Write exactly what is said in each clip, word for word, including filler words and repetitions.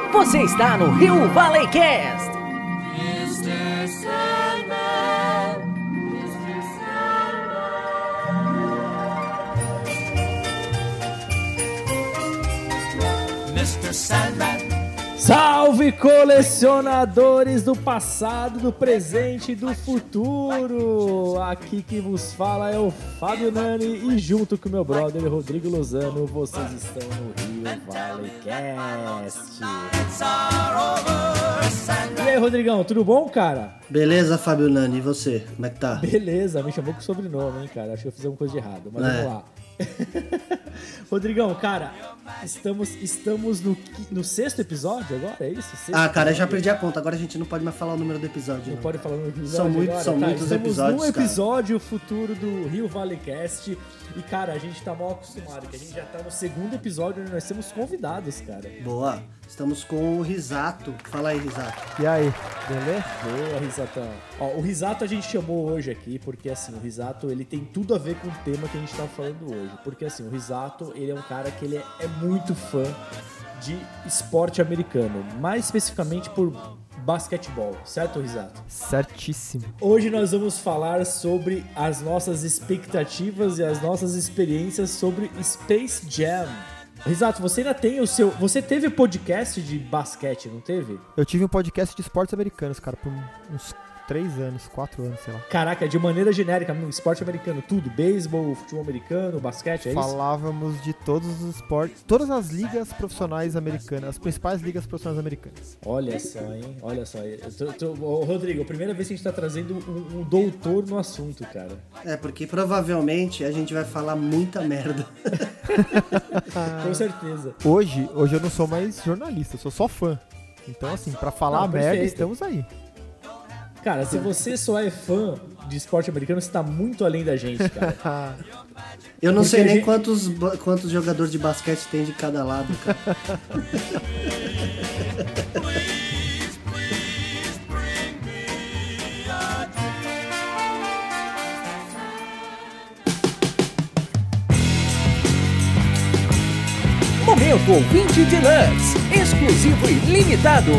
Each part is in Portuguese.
Você está no Rio Valley Cast. mister Sandman, mister Sandman, mister Sandman. Salve, colecionadores do passado, do presente e do futuro! Aqui quem vos fala é o Fábio Nani e junto com meu brother Rodrigo Lozano, vocês estão no Rio Valley Cast. E aí, Rodrigão, tudo bom, cara? Beleza, Fábio Nani, e você? Como é que tá? Beleza, me chamou com sobrenome, hein, cara? Acho que eu fiz alguma coisa de errado, mas É. vamos lá. Rodrigão, cara, estamos, estamos no, no sexto episódio agora, é isso? Sexto Ah, cara, eu já episódio? perdi a conta, agora a gente não pode mais falar o número do episódio. Não Não. pode falar no episódio São muitos- agora? são Tá, muitos estamos episódios, num cara. episódio futuro do Rio Valley Cast. E, cara, a gente tá mal acostumado, que a gente já tá no segundo episódio onde nós temos convidados, cara. Boa, estamos com o Risato. Fala aí, Risato. E aí, beleza? Boa, Risatão. Ó, o Risato a gente chamou hoje aqui porque, assim, o Risato, ele tem tudo a ver com o tema que a gente tá falando hoje. Porque, assim, o Risato, ele é um cara que ele é, é muito fã de esporte americano. Mais especificamente por basquetebol, certo, Risato? Certíssimo. Hoje nós vamos falar sobre as nossas expectativas e as nossas experiências sobre Space Jam. Risato, você ainda tem o seu... Você teve podcast de basquete, não teve? Eu tive um podcast de esportes americanos, cara, por uns três anos, quatro anos, sei lá. Caraca, de maneira genérica, esporte americano, tudo. Beisebol, futebol americano, basquete, é isso? Falávamos de todos os esportes, todas as ligas profissionais americanas, as principais ligas profissionais americanas. Olha só, hein? Olha só. Eu tô, tô... Ô, Rodrigo, a primeira vez que a gente tá trazendo um, um doutor no assunto, cara. É, porque provavelmente a gente vai falar muita merda. Com certeza. Hoje, hoje eu não sou mais jornalista, eu sou só fã. Então, assim, pra falar Não, merda, perfeito. estamos aí. Cara, se você só é fã de esporte americano, você tá muito além da gente, cara. Eu não Porque sei a nem gente- quantos, ba- quantos jogadores de basquete tem de cada lado, cara. Momento Ouvinte Deluxe, exclusivo e limitado.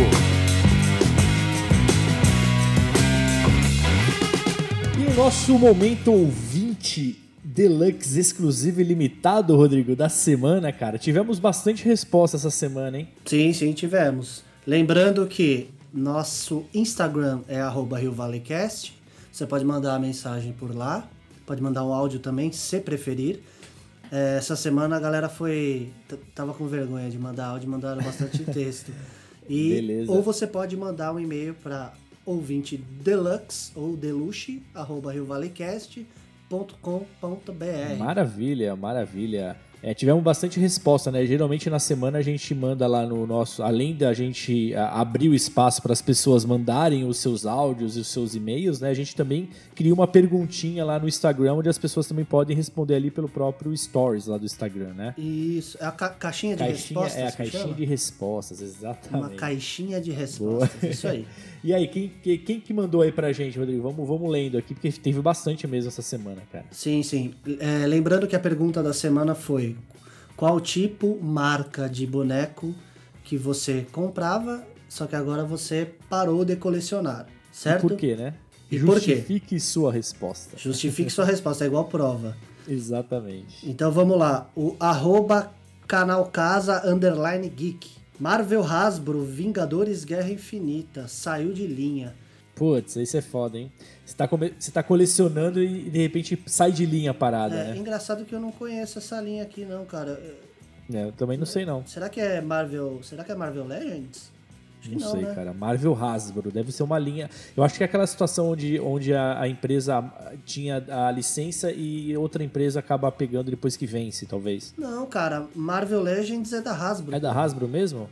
E o nosso momento ouvinte deluxe exclusivo e limitado, Rodrigo, da semana, cara. Tivemos bastante resposta essa semana, hein? Sim, sim, tivemos. Lembrando que nosso Instagram é arroba Rio Valley Cast. Você pode mandar a mensagem por lá. Pode mandar um áudio também, se preferir. É, essa semana a galera foi... t- Tava com vergonha de mandar áudio, mandaram bastante texto. E, Beleza. ou você pode mandar um e-mail para ouvinte deluxe ou deluxe, arroba rio valley cast ponto com ponto b r. Maravilha, maravilha. É, tivemos bastante resposta, né? Geralmente na semana a gente manda lá no nosso... Além da gente a, abrir o espaço para as pessoas mandarem os seus áudios e os seus e-mails, né? A gente também cria uma perguntinha lá no Instagram, onde as pessoas também podem responder ali pelo próprio Stories lá do Instagram, né? Isso, é a ca- caixinha de Caixinha, respostas. é a que caixinha chama? de respostas, exatamente. Uma caixinha de respostas, isso aí. E aí, quem, quem, quem que mandou aí pra gente, Rodrigo? Vamos, vamos lendo aqui, porque teve bastante mesmo essa semana, cara. Sim, sim. É, lembrando que a pergunta da semana foi: qual tipo, marca de boneco que você comprava, só que agora você parou de colecionar, certo? E por quê, né? E por quê? Justifique sua resposta. Justifique sua resposta, é igual prova. Exatamente. Então vamos lá. O arroba canal casa underline geek. Marvel Hasbro Vingadores Guerra Infinita. Saiu de linha. Putz, isso é foda, hein? Você tá, come- você tá colecionando e de repente sai de linha a parada, É né? engraçado que eu não conheço essa linha aqui não, cara. É, eu também não sei não. Será que é Marvel. Será que é Marvel Legends? Acho que Não, sei, né? cara. Marvel Hasbro, deve ser uma linha... Eu acho que é aquela situação onde, onde a, a empresa tinha a licença e outra empresa acaba pegando depois que vence, talvez. Não, cara, Marvel Legends é da Hasbro. É da Hasbro mesmo?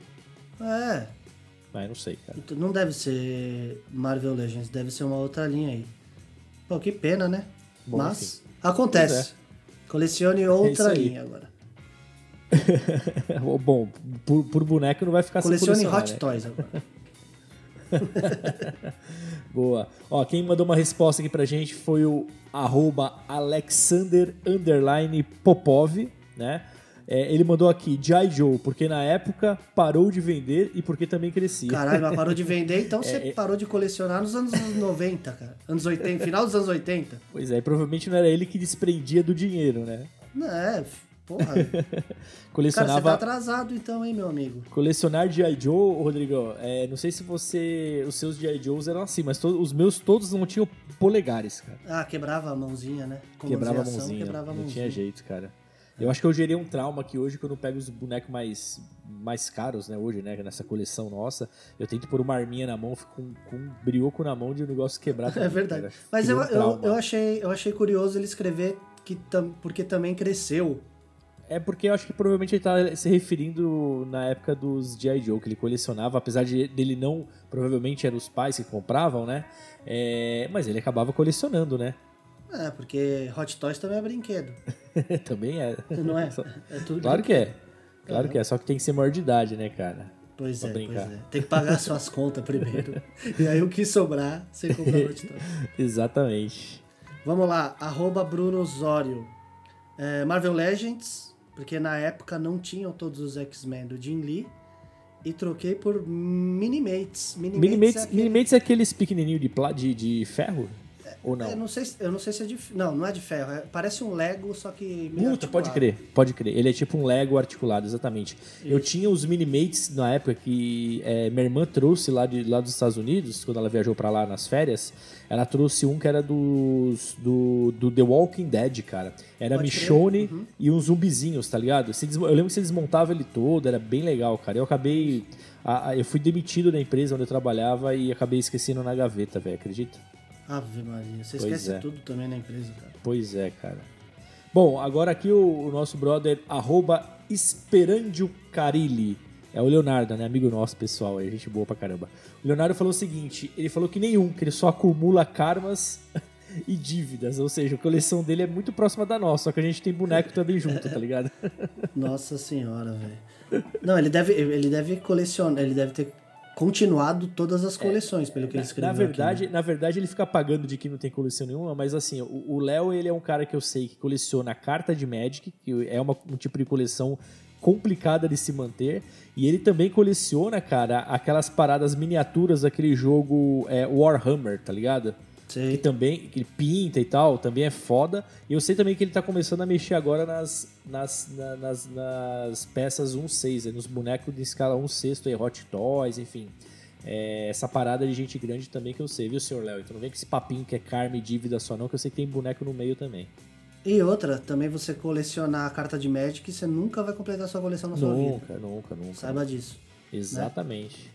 É, Ah, eu não sei, cara. então não deve ser Marvel Legends, deve ser uma outra linha aí. Pô, que pena, né? Bom, Mas enfim. acontece. Pois Colecione isso outra aí. linha agora. Bom, por, por boneco não vai ficar sem Colecione colecionar, Hot né? Toys agora. Boa. Ó, quem mandou uma resposta aqui pra gente foi o arroba Alexander underline Popov, né? É, ele mandou aqui, G I. Joe, porque na época parou de vender e porque também crescia. Caralho, mas parou de vender, então você É, é. parou de colecionar nos anos noventa, cara. Anos oitenta, final dos anos oitenta. Pois é, provavelmente não era ele que desprendia do dinheiro, né? Não, é, porra. Cara, você Colecionava... tá atrasado então, hein, meu amigo? Colecionar G I. Joe, Rodrigo, é, não sei se você... Os seus G I. Joes eram assim, mas to- os meus todos não tinham polegares, cara. Ah, quebrava a mãozinha, né? Com Quebrava a mãozinha, mãozinha, quebrava a não mãozinha. tinha jeito, cara. Eu acho que eu gerei um trauma que hoje, quando eu pego os bonecos mais, mais caros, né, hoje, né, nessa coleção nossa, eu tento pôr uma arminha na mão, fico com, com um brioco na mão de um negócio quebrar. É também, verdade. cara. Mas eu, Criou um eu, trauma. eu, achei, eu achei curioso ele escrever que tam, porque também cresceu. É porque eu acho que provavelmente ele tá se referindo na época dos G I. Joe, que ele colecionava, apesar de dele não, provavelmente eram os pais que compravam, né, é, mas ele acabava colecionando, né. É, porque Hot Toys também é brinquedo. Também é. Não é? Só- É tudo Claro que brinquedo. é. Claro Uhum. que é, só que tem que ser maior de idade, né, cara? Pois Pra é, brincar. pois é. Tem que pagar suas contas primeiro. E aí o que sobrar, você compra Hot Toys. Exatamente. Vamos lá, arroba Bruno Osório. É, Marvel Legends, porque na época não tinham todos os X-Men do Jim Lee. E troquei por Minimates. Minimates, Minimates, é aquele- Minimates é aqueles pequenininhos de, pla- de, de ferro? Ou não? Eu não, sei, se- eu não sei se é de... Não, não é de ferro. é- parece um Lego, só que meio Puta, articulado. pode crer, pode crer. Ele é tipo um Lego articulado, exatamente. Eu tinha os Minimates na época que é, minha irmã trouxe lá, de, lá dos Estados Unidos, quando ela viajou pra lá nas férias. Ela trouxe um que era dos, do, do The Walking Dead, cara. Era Pode crer, Michonne uhum. e uns zumbizinhos, tá ligado? Você desmo- Eu lembro que você desmontava ele todo, era bem legal, cara. Eu acabei... a- a- eu fui demitido da empresa onde eu trabalhava e acabei esquecendo na gaveta, velho, acredita? Ave Maria, você Pois esquece é. tudo também na empresa, cara. Pois é, cara. Bom, agora aqui o, o nosso brother, arroba Esperandio Carilli. É o Leonardo, né? Amigo nosso, pessoal. É gente boa pra caramba. O Leonardo falou o seguinte, ele falou que nenhum, que ele só acumula karmas e dívidas. Ou seja, a coleção dele é muito próxima da nossa, só que a gente tem boneco também junto, tá ligado? Nossa senhora, velho. Não, ele deve, ele deve colecionar, ele deve ter continuado todas as coleções, pelo que ele escreveu Na verdade, aqui, né? na verdade, ele fica pagando de que não tem coleção nenhuma, mas assim, o o Léo, ele é um cara que eu sei que coleciona carta de Magic, que é uma- um tipo de coleção complicada de se manter, e ele também coleciona, cara, aquelas paradas miniaturas daquele jogo é, Warhammer, tá ligado? Sei. Que também, que ele pinta e tal, também é foda. E eu sei também que ele tá começando a mexer agora nas, nas, na- nas, nas peças um seis, né, nos bonecos de escala um sexto, aí, Hot Toys, enfim. É, essa parada de gente grande também que eu sei, viu, senhor Léo? Então não vem com esse papinho que é karma e dívida só não, que eu sei que tem boneco no meio também. E outra, também você colecionar a carta de Magic, você nunca vai completar sua coleção na sua vida. Nunca, nunca, nunca. Saiba disso. Exatamente.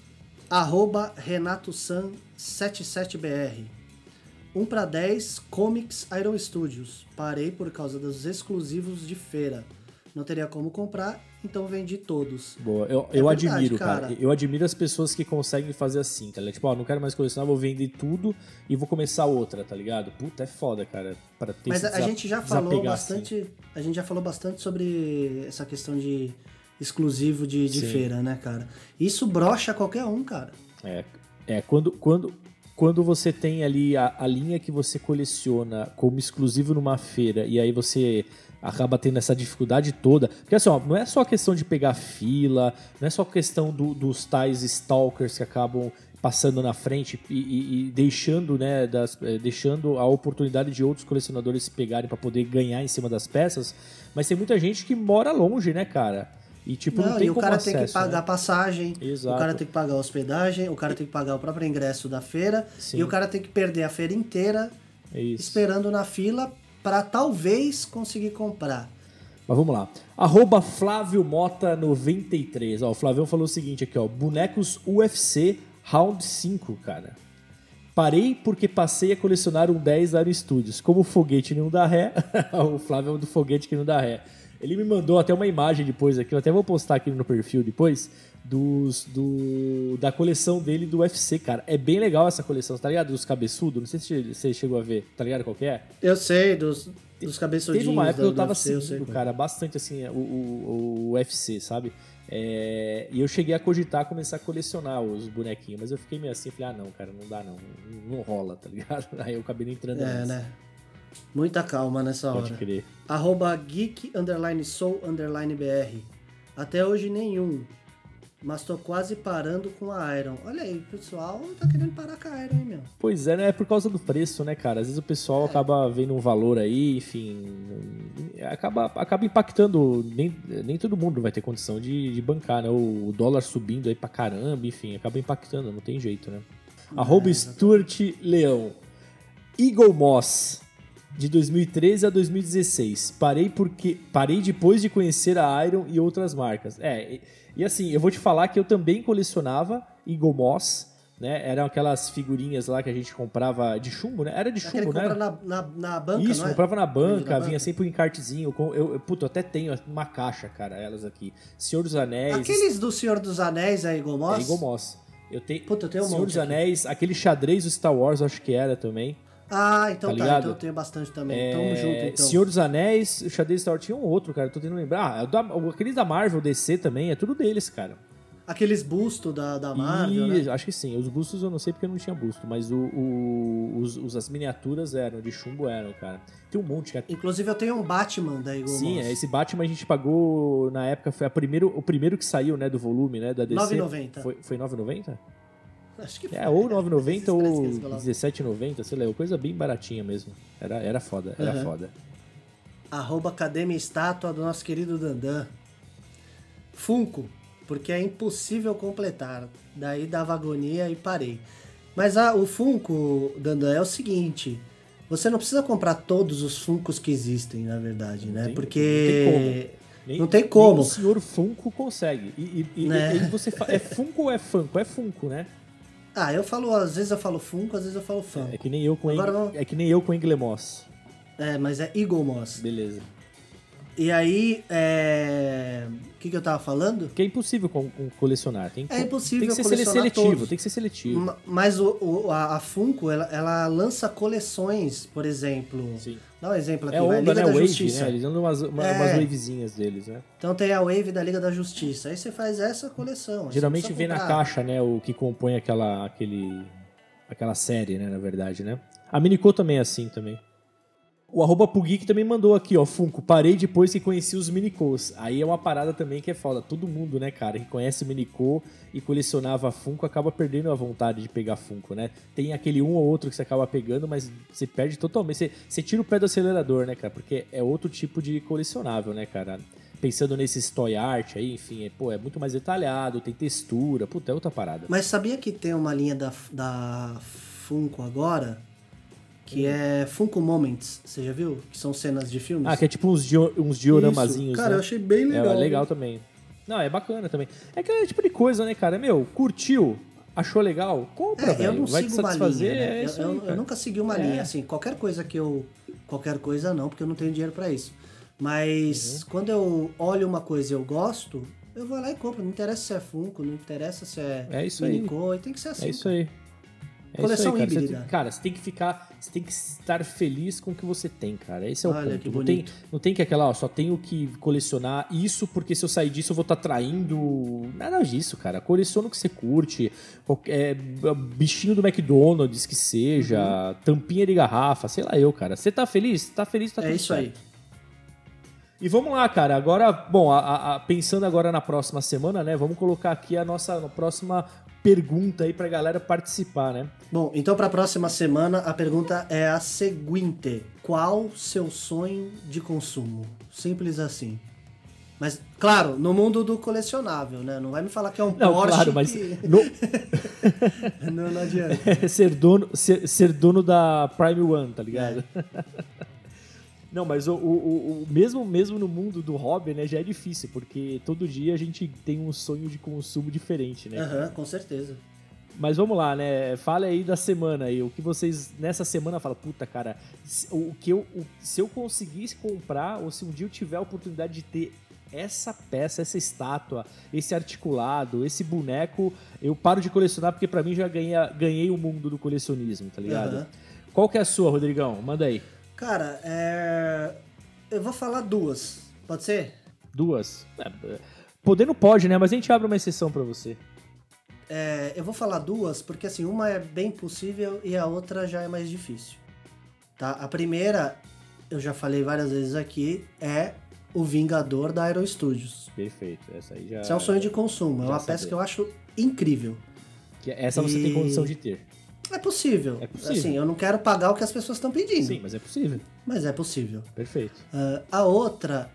Arroba Renato San setenta e sete B R. um para dez Comics Iron Studios. Parei por causa dos exclusivos de feira. Não teria como comprar, então vendi todos. Boa, eu, É eu verdade, admiro, cara. cara. Eu admiro as pessoas que conseguem fazer assim, tá ligado? Tipo, ó, não quero mais colecionar, vou vender tudo e vou começar outra, tá ligado? Puta, é foda, cara. Pra ter Mas esse a desa- gente já falou desapegar bastante. assim. A gente já falou bastante sobre essa questão de exclusivo de, de Sim. feira, né, cara? Isso brocha qualquer um, cara. É, é quando, quando, quando você tem ali a, a linha que você coleciona como exclusivo numa feira e aí você acaba tendo essa dificuldade toda. Porque assim, ó, não é só questão de pegar fila, não é só questão do- dos tais stalkers que acabam passando na frente e, e- e deixando, né, das, eh, deixando a oportunidade de outros colecionadores se pegarem para poder ganhar em cima das peças, mas tem muita gente que mora longe, né, cara? E tipo, não, Não, tem e o como cara acesso, tem que pagar né? passagem, Exato. o cara tem que pagar a hospedagem, o cara tem que pagar o próprio ingresso da feira, Sim. e o cara tem que perder a feira inteira É isso. esperando na fila para talvez conseguir comprar. Mas vamos lá. Arroba Flávio Mota noventa e três. Ó, o Flavião falou o seguinte aqui, ó. Bonecos U F C Round cinco, cara. Parei porque passei a colecionar um dez lá no Studios. Como o foguete não dá ré. O Flávio é o do foguete que não dá ré. Ele me mandou até uma imagem depois aqui. Eu até vou postar aqui no perfil depois. Dos, do, da coleção dele do U F C, cara. É bem legal essa coleção, tá ligado? Dos cabeçudos. Não sei se você chegou a ver. Tá ligado qual que é? Eu sei, dos, dos cabeçudinhos. Teve uma época da- que eu tava do U F C, eu sei seguindo, qual. cara, bastante assim, o, o, o U F C, sabe? É, e eu cheguei a cogitar começar a colecionar os bonequinhos, mas eu fiquei meio assim, falei, ah não, cara, não dá não, não, não rola, tá ligado? Aí eu acabei não entrando É, nessa. né? Muita calma nessa hora. Pode crer. Arroba geek, underline soul, underline br. Até hoje nenhum. Mas tô quase parando com a Iron. Olha aí, o pessoal tá querendo parar com a Iron, hein, meu? Pois é, né? É por causa do preço, né, cara? Às vezes o pessoal é. acaba vendo um valor aí, enfim... Acaba, acaba impactando... Nem, nem todo mundo vai ter condição de, de bancar, né? O, o dólar subindo aí pra caramba, enfim, acaba impactando, não tem jeito, né? É, Arroba Stuart Leão. Eagle Moss, de dois mil e treze a dois mil e dezesseis. Parei, porque, parei depois de conhecer a Iron e outras marcas. É... E assim, eu vou te falar que eu também colecionava Eagle Moss, né? Eram aquelas figurinhas lá que a gente comprava de chumbo, né? Era de chumbo, né? Aquele na, na, na banca, Isso, não é? comprava na banca, na vinha banca. sempre um encartezinho. Com, eu, eu, puto, eu até tenho uma caixa, cara, elas aqui. Senhor dos Anéis... Aqueles do Senhor dos Anéis é Eagle Moss? É Eagle Moss. Eu tenho, Puta, eu tenho um Senhor monte dos aqui. Anéis, aquele xadrez do Star Wars, eu acho que era também. Ah, então Tá tá, ligado? então eu tenho bastante também. É, Tamo junto, então. Senhor dos Anéis, o xadrez Star Wars, tinha um outro, cara, tô tentando lembrar. Ah, o da, aqueles da Marvel, D C também, é tudo deles, cara. Aqueles bustos da, da Marvel, E, né? acho que sim. Os bustos eu não sei porque não tinha busto, mas o, o, os, os- as miniaturas eram, de chumbo eram, cara. Tem um monte, cara. Inclusive eu tenho um Batman da Eagle Sim, Moss. é, esse Batman a gente pagou, na época, foi a primeiro, o primeiro que saiu, né, do volume, né, da D C. nove reais e noventa centavos. Foi, foi nove reais e noventa centavos? Acho que foi. É, ou nove reais e noventa Esses preços que ou eles colocam. dezessete reais e noventa centavos, sei lá, coisa bem baratinha mesmo. Era, era foda, era Uhum. foda. Arroba Academia Estátua do nosso querido Dandan. Funko, porque é impossível completar. Daí dava agonia e parei. Mas ah, o Funko, Dandan, é o seguinte... Você não precisa comprar todos os Funkos que existem, na verdade, né? tem- porque... Nem, Não tem como. Nem o senhor Funko consegue. E, e, e- Né? e você fa... É Funko ou é Funko? É Funko, né? Ah, eu falo... Às vezes eu falo Funko, às vezes eu falo Funko. É que nem eu com Agora Eng... vamos- É que nem eu com Englemoss. É, mas é Eagle Moss. Beleza. E aí, é... o que, que eu tava falando? Porque é impossível com, com colecionar. Tem, É impossível tem que ser colecionar seletivo, todos. tem que ser seletivo. Ma- Mas o, o- a, a Funko, ela, ela lança coleções, por exemplo. Sim. Dá um exemplo aqui, É vai. onda, Liga né? da Wave, Justiça. né? Eles dão umas, uma, É. umas wavezinhas deles, né? Então tem a Wave da Liga da Justiça. Aí você faz essa coleção. Aí Geralmente você não vem precisa na comprar. caixa, né? O que compõe aquela, aquele, aquela série, né? Na verdade, né? A Minicô também é assim também. O arroba Pugeek também mandou aqui, ó, Funko, parei depois que conheci os Minicôs. Aí é uma parada também que é foda. Todo mundo, né, cara, que conhece Minicô e colecionava Funko, acaba perdendo a vontade de pegar Funko, né? Tem aquele um ou outro que você acaba pegando, mas você perde totalmente. Você, você tira o pé do acelerador, né, cara? Porque é outro tipo de colecionável, né, cara? Pensando nesse toy art aí, enfim, é, pô, é muito mais detalhado, tem textura, puta, é outra parada. Mas sabia que tem uma linha da, da Funko agora? Que é Funko Moments, você já viu? Que são cenas de filmes. Ah, que é tipo uns, dio, uns dioramazinhos, Isso. Cara, né? eu achei bem legal. É, é legal viu? também. Não, é bacana também. É aquele tipo de coisa, né, cara? Meu, curtiu, achou legal, compra, É, velho. eu não Vai te sigo uma satisfazer, linha, né? é Eu, isso eu- aí, eu cara. nunca segui uma É. linha, assim, qualquer coisa que eu... Qualquer coisa não, porque eu não tenho dinheiro pra isso. Mas Uhum. quando eu olho uma coisa e eu gosto, eu vou lá e compro. Não interessa se é Funko, não interessa se é, É isso aí. Minicô, tem que ser assim. É isso aí. É Coleção isso aí, cara. híbrida. Você, cara, você tem que ficar. Você tem que estar feliz com o que você tem, cara. Esse é o Olha, ponto. que não, tem, bonito. não tem que aquela, ó, só tenho que colecionar isso porque se eu sair disso eu vou estar traindo. Nada disso, cara. Coleciona o que você curte. Qualquer, bichinho do McDonald's que seja, Uhum. tampinha de garrafa, sei lá eu, cara. Você tá feliz? Tá feliz, tá É tudo isso certo. aí. E vamos lá, cara. Agora, bom, a- a- a- pensando agora na próxima semana, né? Vamos colocar aqui a nossa a próxima pergunta aí pra galera participar, né? Bom, então para a próxima semana a pergunta é a seguinte: qual seu sonho de consumo? Simples assim. Mas, claro, no mundo do colecionável, né? Não vai me falar que é um Não, Porsche claro, mas que... no- não, não adianta. ser, dono, ser, ser dono da Prime One, tá ligado? Não, mas o, o, o- o- mesmo, mesmo no mundo do hobby, né, já é difícil, porque todo dia a gente tem um sonho de consumo diferente, né? Aham, com certeza. Mas vamos lá, né? Fala aí da semana aí. O que vocês nessa semana falam, puta, cara, se, o que eu, o- se eu conseguisse comprar, ou se um dia eu tiver a oportunidade de ter essa peça, essa estátua, esse articulado, esse boneco, eu paro de colecionar porque pra mim já ganhei, ganhei o mundo do colecionismo, tá ligado? Aham. Qual que é a sua, Rodrigão? Manda aí. Cara, é... eu vou falar duas. Pode ser? Duas. É, poder não pode, né? Mas a gente abre uma exceção pra você. É, eu vou falar duas porque, assim, uma é bem possível e a outra já é mais difícil. Tá? A primeira, eu já falei várias vezes aqui, é o Vingador da Aero Studios. Perfeito. Essa aí já... Isso é um sonho de consumo. É uma já peça sabia. que eu acho incrível. Que essa você E- tem condição de ter. É possível. É possível. Assim, eu não quero pagar o que as pessoas estão pedindo. Sim, mas é possível. Mas é possível. Perfeito. Ah, a outra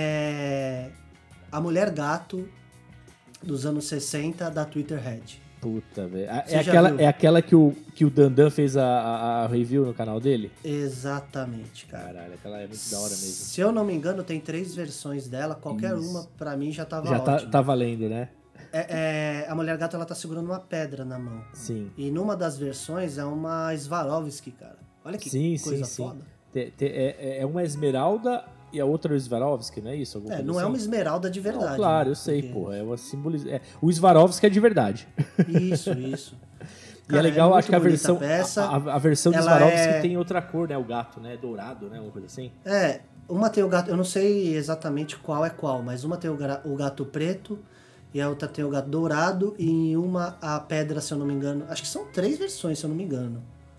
é a Mulher Gato dos anos sessenta da Twitter Head. Puta, velho. Ah, Você É já aquela, viu? é aquela que o, que o Dandan fez a, a, a review no canal dele? Exatamente, cara. Caralho, aquela é muito da hora mesmo. Se eu não me engano, tem três versões dela. Qualquer Isso. uma, pra mim, já tava Já tá, ótimo. tá valendo, né? É, é, a Mulher Gato, ela tá segurando uma pedra na mão. Sim. E numa das versões é uma Swarovski, cara. Olha que Sim, coisa sim, sim. foda. Te- te- é, é uma esmeralda e a outra é o Swarovski, não é isso? Alguma É, coisa não é assim? uma esmeralda de verdade. Não, claro, né? eu sei, Porque- pô. É uma simboliz... é, o Swarovski é de verdade. Isso, isso. E Cara, é legal, muito acho que a bonita versão, peça. a, a- a versão do Ela Swarovski é- tem outra cor, né? O gato, né? Dourado, né? Uma coisa assim. É, uma tem o gato, eu não sei exatamente qual é qual, mas uma tem o, gra- o gato preto e a outra tem o gato dourado e em uma a pedra, se eu não me engano, acho que são três versões, se eu não me engano.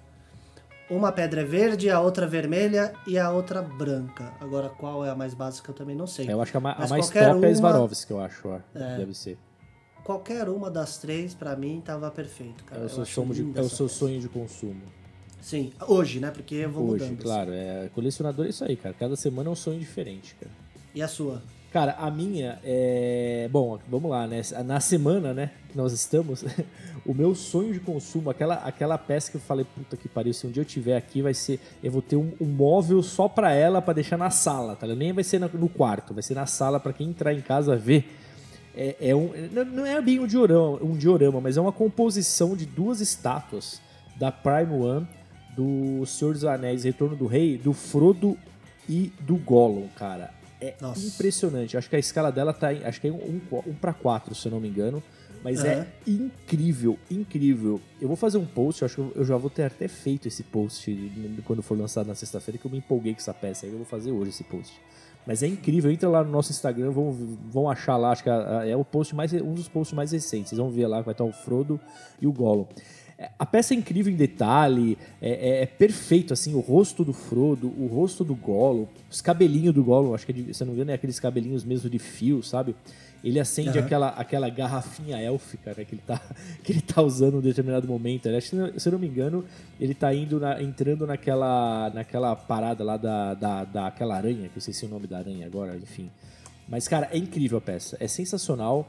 Uma pedra é verde, a outra vermelha e a outra branca. Agora qual é a mais básica eu também não sei. Eu acho que a, ma- a Mas mais qualquer top é a uma- Swarovski, eu acho. Ó. Deve ser. Qualquer uma das três pra mim tava perfeito, cara. É o Eu seu, acho somo de- linda é o essa seu peça. sonho de consumo. Sim, hoje, né? Porque eu vou Hoje, mudando. claro. É, colecionador é isso aí, cara. Cada semana é um sonho diferente, cara. E a sua? Cara, a minha é... Bom, vamos lá, né? Na semana, né, que nós estamos, o meu sonho de consumo, aquela, aquela peça que eu falei, puta que pariu, se um dia eu tiver aqui, vai ser... Eu vou ter um, um móvel só pra ela, pra deixar na sala, tá? Nem vai ser no, no quarto, vai ser na sala pra quem entrar em casa ver. É, é um, não- não é bem um diorama, um diorama, mas é uma composição de duas estátuas da Prime One, do Senhor dos Anéis, Retorno do Rei, do Frodo e do Gollum, cara. É Nossa. impressionante. Acho que a escala dela tá em, acho que é um, um para quatro, se eu não me engano. Mas Aham. é incrível, incrível. Eu vou fazer um post, eu acho que eu já vou ter até feito esse post quando for lançado na sexta-feira, que eu me empolguei com essa peça aí. Eu vou fazer hoje esse post. Mas é incrível. Entra lá no nosso Instagram, vão, vão achar lá, acho que é o post mais, um dos posts mais recentes. Vocês vão ver lá que vai estar o Frodo e o Gollum. A peça é incrível em detalhe, é, é- é perfeito, assim, o rosto do Frodo, o rosto do Gollum, os cabelinhos do Gollum, acho que, é de, se eu não me engano, é aqueles cabelinhos mesmo de fio, sabe? Ele acende Aham. aquela, aquela garrafinha élfica, né, que ele tá, que ele tá usando em um determinado momento. Né? Acho que, se eu não me engano, ele tá indo na- entrando naquela, naquela parada lá da, da, daquela aranha, que eu sei se é o nome da aranha agora, enfim. Mas, cara, é incrível a peça, é sensacional.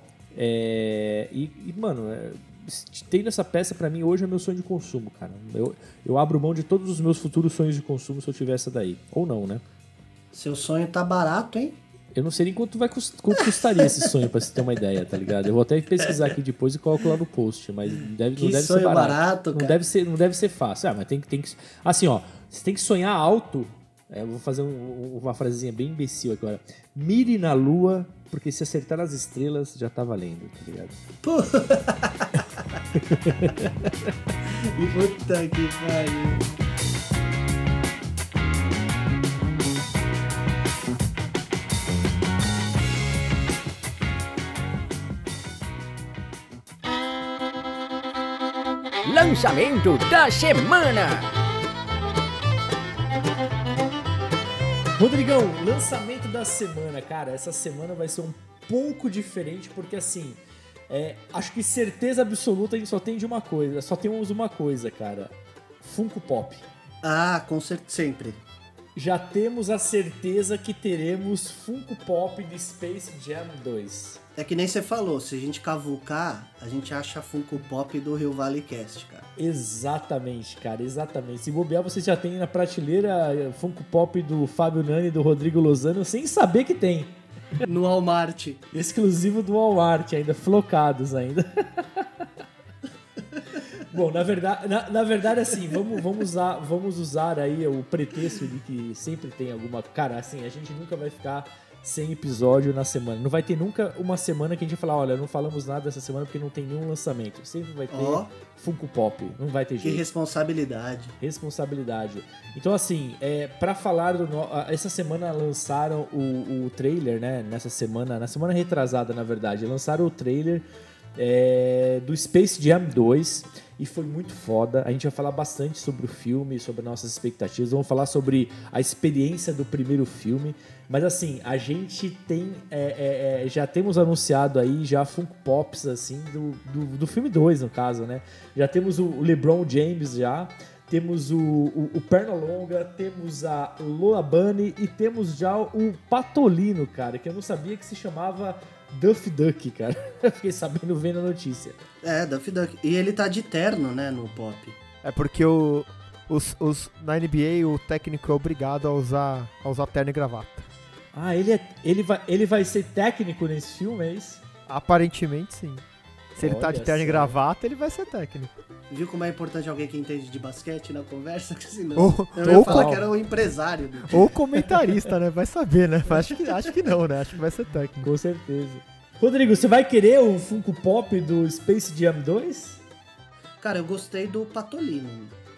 É, e, e, mano, é, tendo essa peça, pra mim, hoje é meu sonho de consumo, cara. Eu, eu abro mão de todos os meus futuros sonhos de consumo se eu tiver essa daí. Ou não, né? Seu sonho tá barato, hein? Eu não sei nem quanto, vai cust- quanto custaria esse sonho, pra você ter uma ideia, tá ligado? Eu vou até pesquisar aqui depois e coloco lá no post, mas deve, Que não deve ser sonho barato. barato, não, cara. deve ser, não deve ser fácil. Ah, mas tem, que- tem que... Assim, ó, você tem que sonhar alto. É, eu vou fazer um- uma frasezinha bem imbecil agora. Mire na lua, porque se acertar nas estrelas, já tá valendo, tá ligado? Pô. Puta que pariu. Lançamento da semana. Rodrigão, lançamento da semana. Cara, essa semana vai ser um pouco diferente, porque assim, é, acho que certeza absoluta a gente só tem de uma coisa, só temos uma coisa, cara. Funko Pop. Ah, com certeza, sempre. Já temos a certeza que teremos Funko Pop de Space Jam dois. É que nem você falou, se a gente cavucar, a gente acha Funko Pop do Rio Valley Cast, cara. Exatamente, cara, exatamente. Se bobear, você já tem na prateleira Funko Pop do Fábio Nani e do Rodrigo Lozano sem saber que tem. No Walmart. Exclusivo do Walmart, ainda flocados ainda. Bom, na verdade, na, na verdade assim, vamos, vamos, usar, vamos usar aí o pretexto de que sempre tem alguma... Cara, assim, a gente nunca vai ficar sem episódio na semana. Não vai ter nunca uma semana que a gente vai falar, olha, não falamos nada essa semana porque não tem nenhum lançamento. Sempre vai ter Ó. Funko Pop, não vai ter Que jeito. responsabilidade. Responsabilidade. Então, assim, é, para falar do... No... Essa semana lançaram o, o trailer, né? Nessa semana, na semana retrasada, na verdade, lançaram o trailer é, do Space Jam dois, e foi muito foda. A gente vai falar bastante sobre o filme, sobre nossas expectativas, vamos falar sobre a experiência do primeiro filme, mas assim, a gente tem, é, é, é, já temos anunciado aí já Funko Pops, assim, do, do, do filme dois, no caso, né? Já temos o LeBron James já, temos o, o, o Pernalonga, temos a Lola Bunny e temos já o Patolino, cara, que eu não sabia que se chamava Duff Duck, cara. Eu fiquei sabendo vendo a notícia. É, Duff Duck. E ele tá de terno, né, no pop. É porque o, os, os, na N B A o técnico é obrigado a usar, a usar terno e gravata. Ah, ele, é, ele, vai, ele vai ser técnico nesse filme, é isso? Aparentemente, sim. Se ele tá Olha de terno só. e gravata, ele vai ser técnico. Viu como é importante alguém que entende de basquete na conversa? Que senão Ou- eu ia ou falar qual? que era o empresário do time. Ou comentarista, né? Vai saber, né? Mas acho que, acho que não, né? Acho que vai ser técnico. Com certeza. Rodrigo, você vai querer o Funko Pop do Space Jam dois? Cara, eu gostei do Patolino.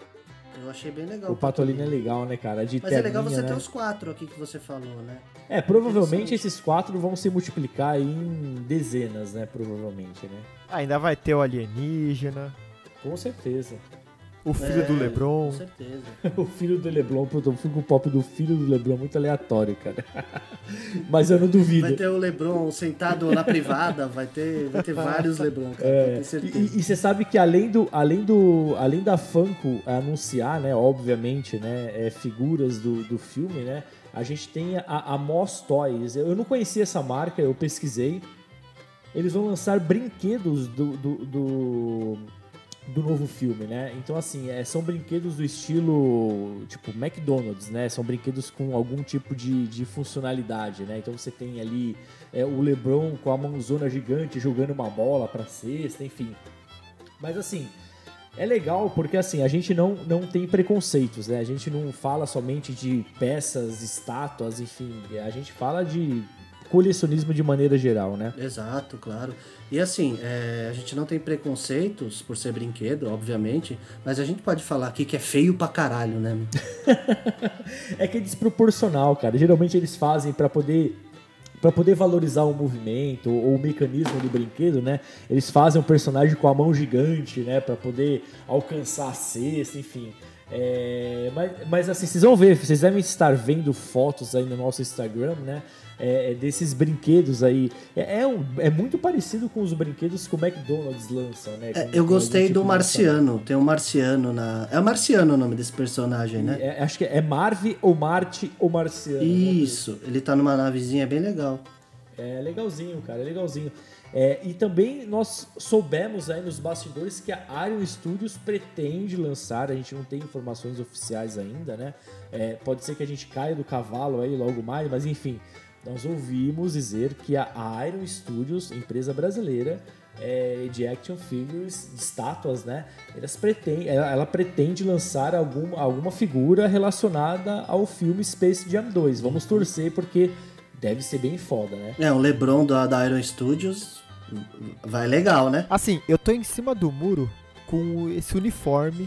Eu achei bem legal. O Patolino é legal, né, cara? De Mas é legal terninha, você ter né? os quatro aqui que você falou, né? É, provavelmente Interessante. esses quatro vão se multiplicar aí em dezenas, né? Provavelmente, né? Ainda vai ter o alienígena, Com certeza. o filho É, do LeBron. Com certeza. O filho do Leblon, puta, o Funko Pop do filho do Leblon, muito aleatório, cara. Mas eu não duvido. Vai ter o LeBron sentado na privada, vai ter, vai ter vários LeBron, cara, É, pode ter certeza. e você sabe que além do, além do, além da Funko anunciar, né, obviamente, né, é, figuras do, do filme, né, a gente tem a, a Moss Toys. Eu não conhecia essa marca, eu pesquisei. Eles vão lançar brinquedos do, do, do, do novo filme, né? Então, assim, é, são brinquedos do estilo, tipo, McDonald's, né? São brinquedos com algum tipo de, de funcionalidade, né? Então, você tem ali é, o LeBron com a mãozona gigante jogando uma bola pra cesta, enfim. Mas, assim, é legal porque, assim, a gente não, não tem preconceitos, né? A gente não fala somente de peças, estátuas, enfim. A gente fala de colecionismo de maneira geral, né? Exato, claro. E assim, é, a gente não tem preconceitos por ser brinquedo, obviamente, mas a gente pode falar aqui que é feio pra caralho, né? É que é desproporcional, cara. Geralmente eles fazem pra poder para poder valorizar o movimento ou o mecanismo do brinquedo, né? Eles fazem um personagem com a mão gigante, né? Pra poder alcançar a cesta, enfim. É, mas, mas assim, vocês vão ver, vocês devem estar vendo fotos aí no nosso Instagram, né? É, desses brinquedos aí. É, é, um, é muito parecido com os brinquedos que o McDonald's lança, né? É, Com- eu com gostei algum tipo do de Marciano, tem um Marciano na... É o Marciano o nome desse personagem, né? É, acho que é Marv ou Marte ou Marciano. Isso, ele tá numa navezinha bem legal. É legalzinho, cara, é legalzinho. É, e também nós soubemos aí nos bastidores que a Iron Studios pretende lançar, a gente não tem informações oficiais ainda, né? É, pode ser que a gente caia do cavalo aí logo mais, mas enfim, nós ouvimos dizer que a Iron Studios, empresa brasileira, é, de action figures, de estátuas, né? Elas pretende, ela, ela pretende lançar algum, alguma figura relacionada ao filme Space Jam dois. Vamos torcer porque deve ser bem foda, né? É, o LeBron da, da Iron Studios vai legal, né? Assim, eu tô em cima do muro com esse uniforme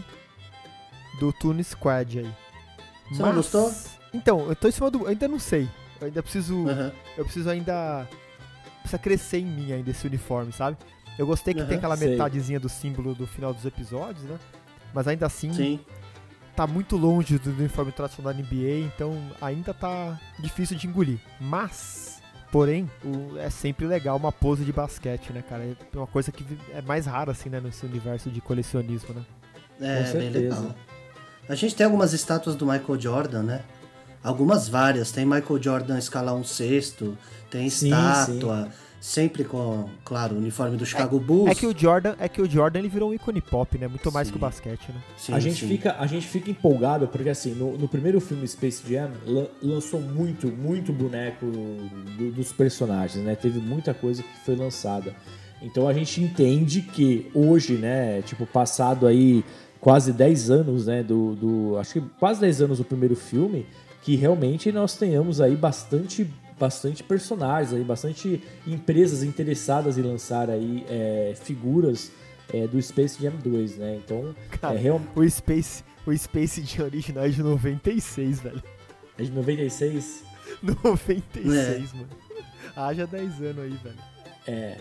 do Toon Squad aí. Você não gostou? Então, eu tô em cima do... Eu ainda não sei. Eu ainda preciso... Aham. Eu preciso ainda... Precisa crescer em mim ainda esse uniforme, sabe? Eu gostei que Aham, tem aquela sei. metadezinha do símbolo do final dos episódios, né? Mas ainda assim, Sim. tá muito longe do uniforme tradicional da N B A, então ainda tá difícil de engolir. Mas, porém, o- é sempre legal uma pose de basquete, né, cara? É uma coisa que é mais rara, assim, né, nesse universo de colecionismo, né? É, Com bem certeza. legal. A gente tem algumas estátuas do Michael Jordan, né? Algumas várias. Tem Michael Jordan escalar um cesto, tem Sim, estátua, sempre com, claro, o uniforme do Chicago Bulls. É que o Jordan, é que o Jordan ele virou um ícone pop, né? Muito mais Sim. que o basquete, né? Sim, a, gente sim. fica, a gente fica empolgado porque, assim, no, no primeiro filme Space Jam, lan- lançou muito, muito boneco do- dos personagens, né? Teve muita coisa que foi lançada. Então a gente entende que hoje, né, tipo, passado aí quase dez anos, né, do, do acho que quase dez anos do primeiro filme, que realmente nós tenhamos aí bastante, bastante personagens, aí, bastante empresas interessadas em lançar aí é, figuras é, do Space Jam dois, né? Então, Cara, é real... o Space, o Space de original é de noventa e seis, velho. é de noventa e seis. noventa e seis, É. mano. Haja dez anos aí, velho. É,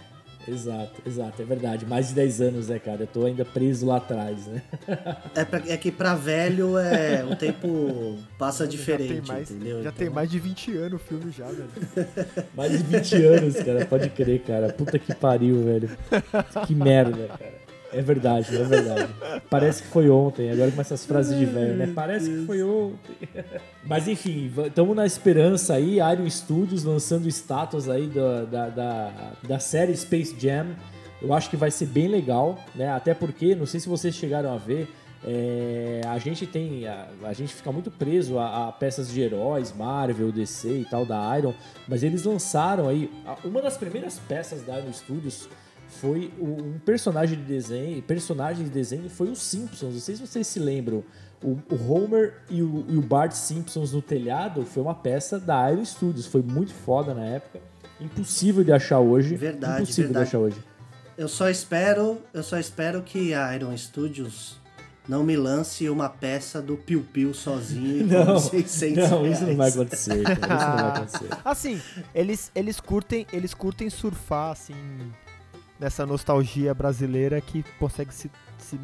Exato, exato, é verdade. Mais de dez anos, né, cara? Eu tô ainda preso lá atrás, né? É, pra, é que pra velho é, o tempo passa diferente, já tem mais, entendeu? Já Então... tem mais de vinte anos o filme já, velho. Mais de vinte anos, cara, pode crer, cara. Puta que pariu, velho. Que merda, cara. É verdade, é verdade. Parece que foi ontem, agora começam as frases de velho, né? Parece que foi ontem. Mas enfim, estamos na esperança aí, Iron Studios lançando status aí da, da, da, da série Space Jam. Eu acho que vai ser bem legal, né? Até porque, não sei se vocês chegaram a ver, é, a gente tem, a, a gente fica muito preso a, a peças de heróis, Marvel, D C e tal, da Iron, mas eles lançaram aí, uma das primeiras peças da Iron Studios foi um personagem de desenho, personagem de desenho foi os Simpsons. Não sei se vocês se lembram. O, o Homer e o, e o Bart Simpsons no telhado foi uma peça da Iron Studios. Foi muito foda na época. Impossível de achar hoje. Verdade, Impossível verdade. de achar hoje. Eu só espero, eu só espero que a Iron Studios não me lance uma peça do Piu Piu sozinho Não, com seiscentos não, reais. isso não vai acontecer, cara. Isso não vai acontecer. Assim, eles, eles, curtem, eles curtem surfar, assim, nessa nostalgia brasileira que consegue se, se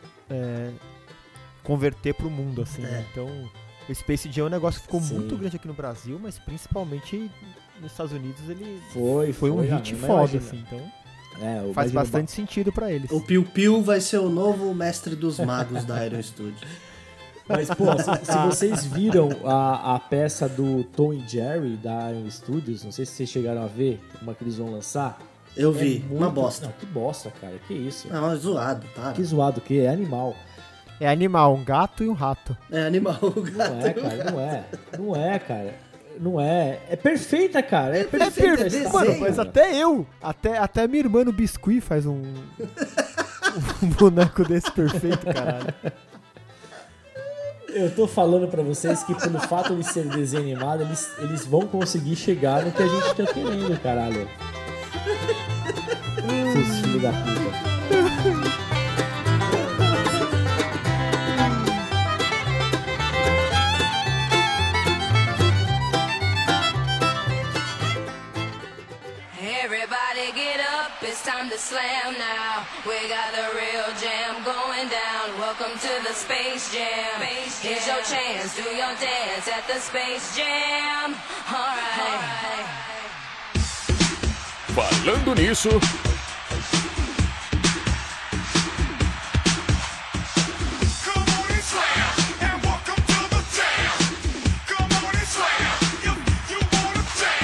é, converter pro mundo, assim, É. né? Então, o Space Jam é um negócio que ficou Sim. muito grande aqui no Brasil, mas principalmente nos Estados Unidos ele Foi, foi um foi, hit ah, foda, imagina. assim, então É, eu faz imagino bastante sentido pra eles. O Piu Piu vai ser o novo mestre dos magos da Iron Studios. Mas, pô, se, se vocês viram a, a peça do Tom e Jerry da Iron Studios, não sei se vocês chegaram a ver uma que eles vão lançar. Eu É vi, muito- uma bosta. Não, que bosta, cara. Que isso? Não, mas zoado, para. Que zoado, que é animal. É animal, um gato e um rato. É animal, o Não gato. é, cara, não é. Não é, cara. Não é. É perfeita, cara. É perfeita. perfeito, a é história, desenho. Mano, mas cara. até eu, até, até minha irmã no Biscuit faz um, um boneco desse perfeito, caralho. Eu tô falando pra vocês que pelo fato de ser desenho animado, eles, eles vão conseguir chegar no que a gente tá querendo, caralho. Seus filhos da puta. Everybody get up, it's time to slam now. We got the real jam going down. Welcome to the Space Jam. Here's your chance, do your dance at the Space Jam. Alright. Falando nisso, Come on and slam, and welcome to the jam. Come on and slam, you, you wanna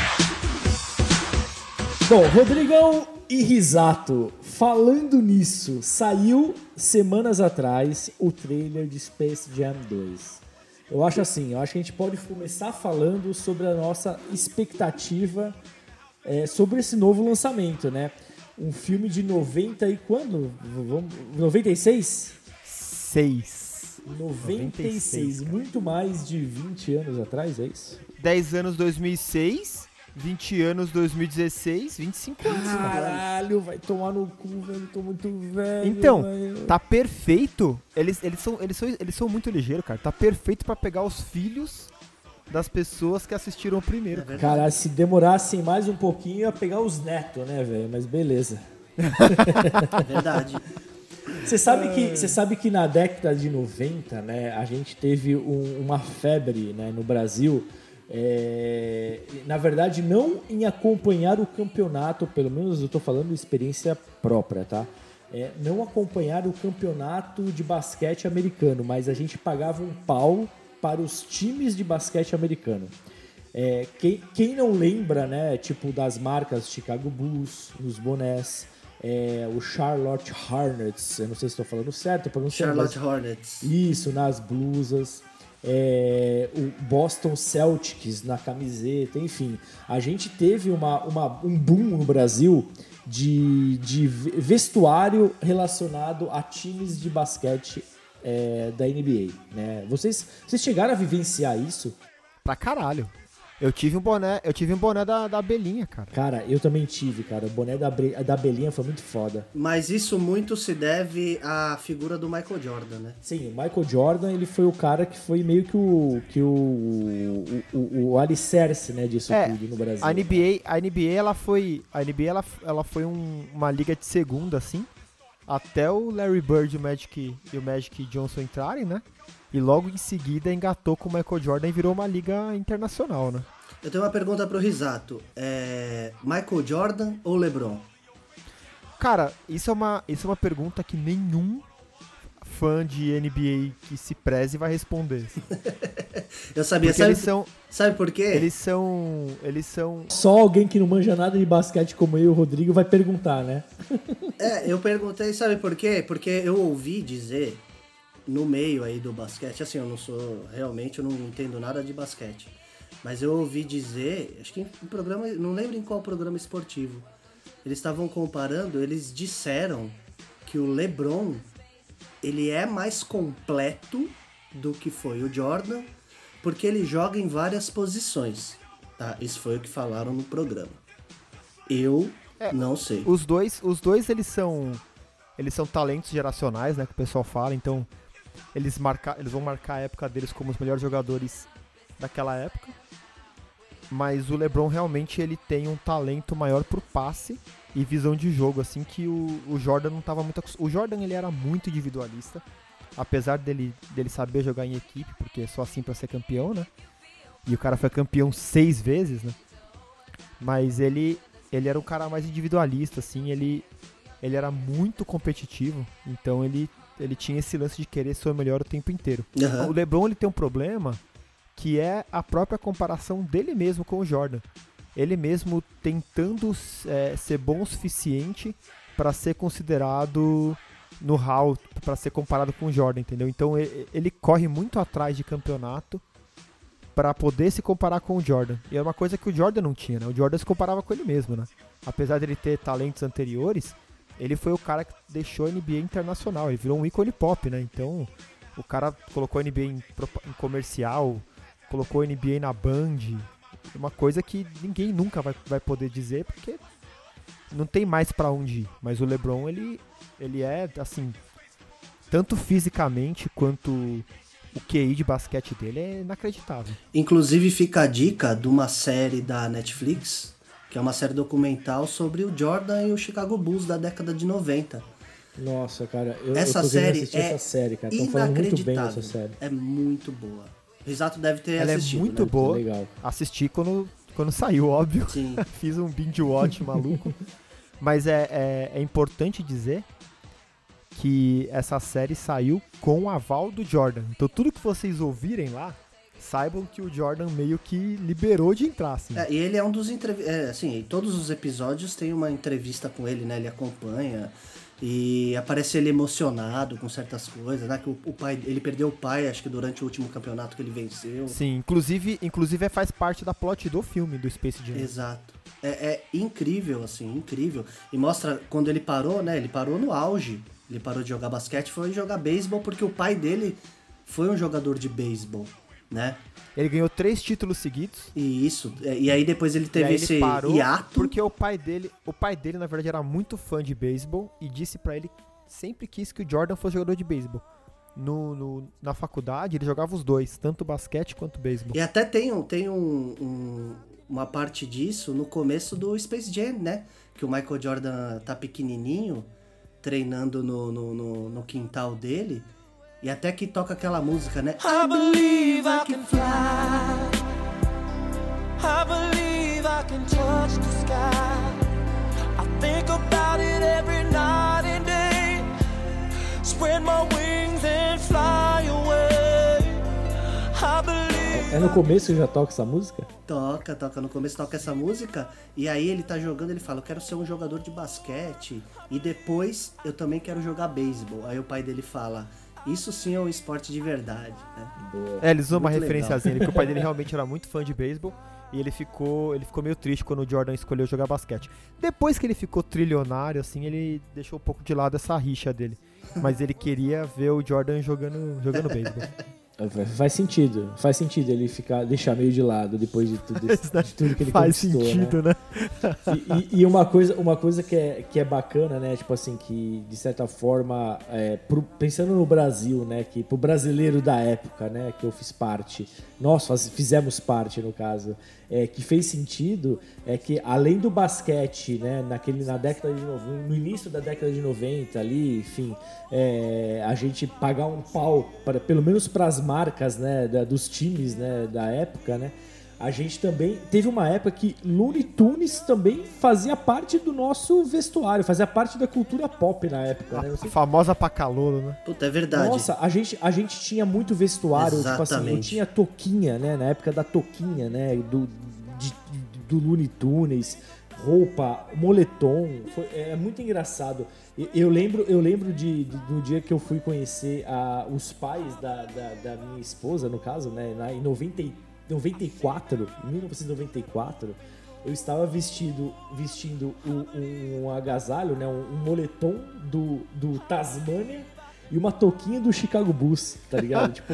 jam. Bom, Rodrigão e Risato, falando nisso, saiu semanas atrás o trailer de Space Jam dois. Eu acho assim, eu acho que a gente pode começar falando sobre a nossa expectativa é, sobre esse novo lançamento, né? Um filme de noventa e quando? Vamos- noventa e seis? Seis. noventa e seis, muito mais de vinte anos atrás, é isso? dez anos dois mil e seis, vinte anos dois mil e dezesseis, vinte e cinco anos, cara. Caralho, vai tomar no cu, velho, tô muito velho. Então, velho. tá perfeito. Eles, eles, são, eles, são, eles são muito ligeiros, cara. Tá perfeito pra pegar os filhos das pessoas que assistiram o primeiro. Cara, se demorassem mais um pouquinho, ia pegar os netos, né, velho? Mas beleza. É verdade. Você sabe que, você sabe que na década de noventa, né, a gente teve um- uma febre, né, no Brasil, é, na verdade, não em acompanhar o campeonato, pelo menos eu tô falando de experiência própria, tá? É, não acompanhar o campeonato de basquete americano, mas a gente pagava um pau para os times de basquete americano. É, quem, quem não lembra, né, tipo das marcas Chicago Bulls, nos bonés, é, o Charlotte Hornets, eu não sei se estou falando certo, pronunciando, Charlotte mas- Hornets. isso, nas blusas, é, o Boston Celtics na camiseta, enfim. A gente teve uma, uma- um boom no Brasil de, de vestuário relacionado a times de basquete é, da N B A. Né? Vocês, vocês chegaram a vivenciar isso? Pra caralho. Eu tive um boné, eu tive um boné da, da abelhinha, cara. Cara, eu também tive, cara. O boné da, bre- da abelhinha foi muito foda. Mas isso muito se deve à figura do Michael Jordan, né? Sim, o Michael Jordan, ele foi o cara que foi meio que o, que o, o, o, o alicerce, né, disso É, tudo no Brasil. A N B A, a N B A ela foi, a N B A ela, ela foi um- uma liga de segunda, assim, até o Larry Bird e o Magic, e o Magic Johnson entrarem, né? E logo em seguida engatou com o Michael Jordan e virou uma liga internacional, né? Eu tenho uma pergunta pro Risato. É Michael Jordan ou LeBron? Cara, isso é uma, isso é uma pergunta que nenhum fã de N B A que se preze vai responder. Eu sabia, Porque sabe, eles são, sabe por quê? eles são, eles são... Só alguém que não manja nada de basquete como eu e o Rodrigo vai perguntar, né? É, eu perguntei, sabe por quê? Porque eu ouvi dizer no meio aí do basquete, assim, eu não sou, realmente eu não entendo nada de basquete, mas eu ouvi dizer, acho que em um programa, não lembro em qual programa esportivo, eles estavam comparando, eles disseram que o LeBron, ele é mais completo do que foi o Jordan, porque ele joga em várias posições, tá? Isso foi o que falaram no programa. Eu É, não sei. Os dois, os dois eles são, eles são talentos geracionais, né, que o pessoal fala, então eles, marca, eles vão marcar a época deles como os melhores jogadores daquela época, mas o LeBron realmente ele tem um talento maior pro passe e visão de jogo, assim, que o, o Jordan não tava muito acostumado. O Jordan ele era muito individualista, apesar dele, dele saber jogar em equipe, porque é só assim pra ser campeão, né, e o cara foi campeão seis vezes, né, mas ele, ele era um cara mais individualista, assim, ele, ele era muito competitivo, então ele, ele tinha esse lance de querer ser o melhor o tempo inteiro. Aham. O LeBron ele tem um problema que é a própria comparação dele mesmo com o Jordan. Ele mesmo tentando é, ser bom o suficiente para ser considerado no hall, para ser comparado com o Jordan, entendeu? Então ele, ele corre muito atrás de campeonato para poder se comparar com o Jordan. E é uma coisa que o Jordan não tinha, né? O Jordan se comparava com ele mesmo, né? Apesar dele ter talentos anteriores, ele foi o cara que deixou a N B A internacional, ele virou um ícone pop, né? Então, o cara colocou a N B A em, propa- em comercial, colocou a N B A na Band, uma coisa que ninguém nunca vai, vai poder dizer, porque não tem mais pra onde ir. Mas o LeBron, ele, ele é, assim, tanto fisicamente quanto o Q I de basquete dele é inacreditável. Inclusive fica a dica de uma série da Netflix, que é uma série documental sobre o Jordan e o Chicago Bulls da década de noventa. Nossa, cara, eu, Essa eu tô querendo série assistir é essa série, cara. Estão falando muito bem dessa série. É muito boa. O Risato deve ter Ela assistido, é muito né? boa. Legal. Assisti quando, quando saiu, óbvio. Sim. Fiz um binge watch maluco. Mas é, é, é importante dizer que essa série saiu com o aval do Jordan. Então tudo que vocês ouvirem lá, saibam que o Jordan meio que liberou de entrar, assim. É, e ele é um dos entrevistas. É, assim, todos os episódios tem uma entrevista com ele, né? Ele acompanha. E aparece ele emocionado com certas coisas, né? Que o, o pai, ele perdeu o pai, acho que durante o último campeonato que ele venceu. Sim, inclusive, inclusive faz parte da plot do filme, do Space Jam. Exato. É, é incrível, assim, incrível. E mostra quando ele parou, né? Ele parou no auge. Ele parou de jogar basquete e foi jogar beisebol porque o pai dele foi um jogador de beisebol, né? Ele ganhou três títulos seguidos. E isso. é, E aí depois ele E teve aí esse ele parou hiato. porque o pai dele, o pai dele na verdade era muito fã de beisebol e disse pra ele sempre quis que o Jordan fosse jogador de beisebol. No, no- na faculdade ele jogava os dois, tanto basquete quanto beisebol. E até tem, um, tem um, um- uma parte disso no começo do Space Jam, né? Que o Michael Jordan tá pequenininho, treinando no, no, no- no quintal dele. E até que toca aquela música, né? I believe I can fly. I believe I can touch the sky. I think about it every night and day. Spread my wings and fly away. I believe. É no começo que já toca essa música? Toca, toca. No começo toca essa música. E aí ele tá jogando, ele fala, eu quero ser um jogador de basquete. E depois eu também quero jogar beisebol. Aí o pai dele fala, isso sim é um esporte de verdade, né? É, eles usam uma Muito referenciazinha ali, porque o pai dele realmente era muito fã de beisebol e ele ficou, ele ficou meio triste quando o Jordan escolheu jogar basquete. Depois que ele ficou trilionário, assim, ele deixou um pouco de lado essa rixa dele. Mas ele queria ver o Jordan jogando, jogando beisebol. Faz sentido, faz sentido ele ficar, deixar meio de lado depois de tudo, de tudo que ele Faz conquistou, sentido, né? E, e- e uma coisa, uma coisa que, é, que é bacana, né? Tipo assim, que de certa forma, é, pro- pensando no Brasil, né? Que pro brasileiro da época, né? Que eu fiz parte, nós faz- fizemos parte, no caso, é, que fez sentido, é que além do basquete, né? Naquele, na década de noventa, no início da década de noventa ali, enfim, é, a gente pagar um pau, pra, pelo menos para as marcas, né? Da, dos times, né? Da época, né? A gente também teve uma época que Looney Tunes também fazia parte do nosso vestuário, fazia parte da cultura pop na época, né? Não A sei- famosa Pacalolo, né? Puta, é verdade. Nossa, a gente, a gente tinha muito vestuário, tipo assim, eu Exatamente. tinha toquinha, né? Na época da toquinha, né? Do, de- do Looney Tunes, roupa, moletom, foi, é muito engraçado. Eu, eu lembro, eu lembro de, de- do dia que eu fui conhecer a, os pais da, da, da minha esposa, no caso, né? Na, em noventa e noventa e quatro, em mil novecentos e noventa e quatro, eu estava vestido, vestindo um, um agasalho, né, um, um moletom do, do Tasmania e uma touquinha do Chicago Bulls, tá ligado? Tipo,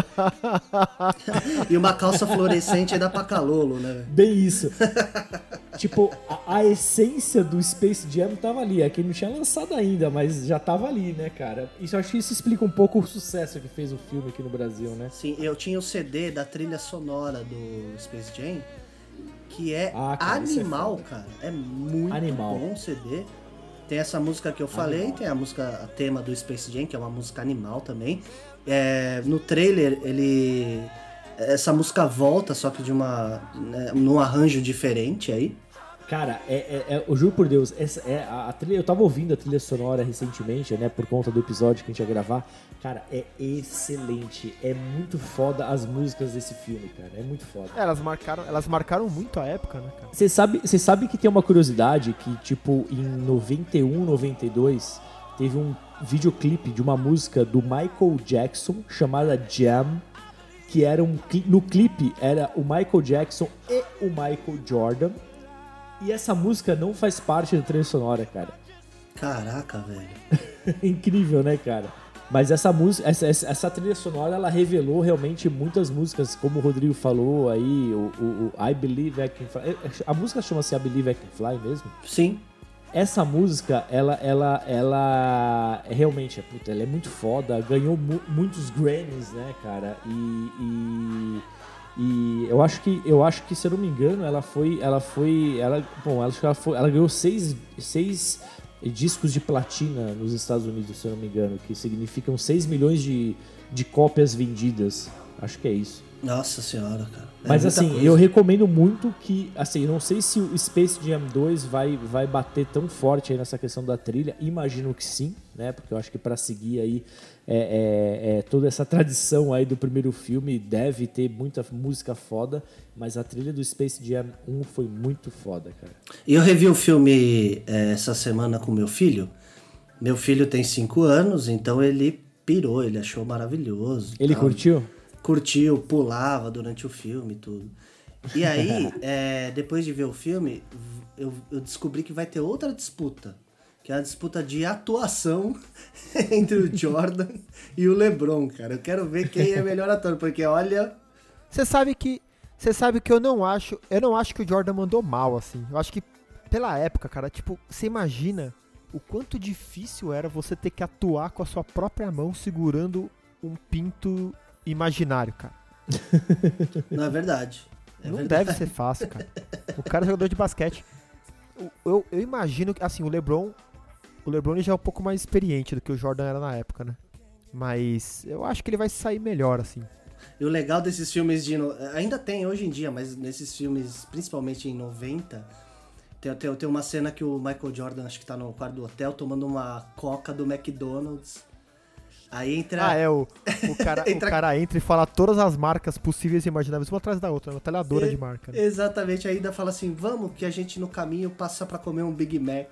E uma calça fluorescente da Pacalolo, né? bem isso. Tipo, a, a essência do Space Jam tava ali. É que não tinha lançado ainda, mas já tava ali, né, cara? Isso, eu acho que isso explica um pouco o sucesso que fez o filme aqui no Brasil, né? Sim, eu tinha o C D da trilha sonora do Space Jam, que é Ah, cara, isso é animal, foda. cara. É muito Animal. bom o C D. Tem essa música que eu falei, tem a música, a tema do Space Jam, que é uma música animal também. É, no trailer, ele... Essa música volta, só que de uma... Né, num arranjo diferente aí. Cara, é, é, é- eu juro por Deus, essa é a, a trilha, eu tava ouvindo a trilha sonora recentemente, né, por conta do episódio que a gente ia gravar. Cara, é excelente, é muito foda as músicas desse filme, cara, é muito foda. É, elas marcaram, elas marcaram muito a época, né, cara? Você sabe, você sabe que tem uma curiosidade que, tipo, em noventa e um, noventa e dois, teve um videoclipe de uma música do Michael Jackson chamada Jam, que era um cli- no clipe era o Michael Jackson e o Michael Jordan. E essa música não faz parte da trilha sonora, cara. Caraca, velho. Incrível, né, cara? Mas essa música, essa, essa, essa trilha sonora, ela revelou realmente muitas músicas, como o Rodrigo falou aí, o, o, o I Believe I Can Fly. A música chama-se I Believe I Can Fly mesmo? Sim. Essa música, ela, ela, ela realmente é, puta, ela é muito foda, ganhou mu- muitos Grammys, né, cara? E, e, e eu acho que, eu acho que, se eu não me engano, ela foi, ela foi, ela, bom, ela, acho que ela, foi, ela ganhou seis, seis discos de platina nos Estados Unidos, se eu não me engano, que significam seis milhões de, de cópias vendidas. Acho que é isso. Nossa senhora, cara. É Mas muita assim, coisa. eu recomendo muito que, assim, não sei se o Space Jam dois vai, vai bater tão forte aí nessa questão da trilha, imagino que sim, né, porque eu acho que pra seguir aí é, é, é, toda essa tradição aí do primeiro filme deve ter muita música foda, mas a trilha do Space Jam um foi muito foda, cara. E eu revi o filme é, essa semana com meu filho. Meu filho tem cinco anos, então ele pirou, ele achou maravilhoso. e Ele tal. curtiu? Curtiu, pulava durante o filme e tudo. E aí, é, depois de ver o filme, eu, eu descobri que vai ter outra disputa. Que é a disputa de atuação entre o Jordan e o LeBron, cara. Eu quero ver quem é melhor ator, porque olha... Você sabe que. Você sabe que eu não acho. Eu não acho que o Jordan mandou mal, assim. Eu acho que pela época, cara, tipo, você imagina o quanto difícil era você ter que atuar com a sua própria mão segurando um pinto imaginário, cara. Não é verdade. É não verdade. deve ser fácil, cara. O cara é jogador de basquete. O- Eu, eu imagino que, assim, o LeBron. O LeBron ele já é um pouco mais experiente do que o Jordan era na época, né? Mas eu acho que ele vai sair melhor, assim. E o legal desses filmes de... no- Ainda tem hoje em dia, mas nesses filmes, principalmente em noventa, tem, tem, tem uma cena que o Michael Jordan, acho que tá no quarto do hotel, tomando uma coca do McDonald's. Aí entra... Ah, é, o, o, cara, Entra- o cara entra e fala todas as marcas possíveis e imagináveis, uma atrás da outra, uma talhadora E- de marca. Né? Exatamente, aí ainda fala assim, vamos que a gente no caminho passa pra comer um Big Mac.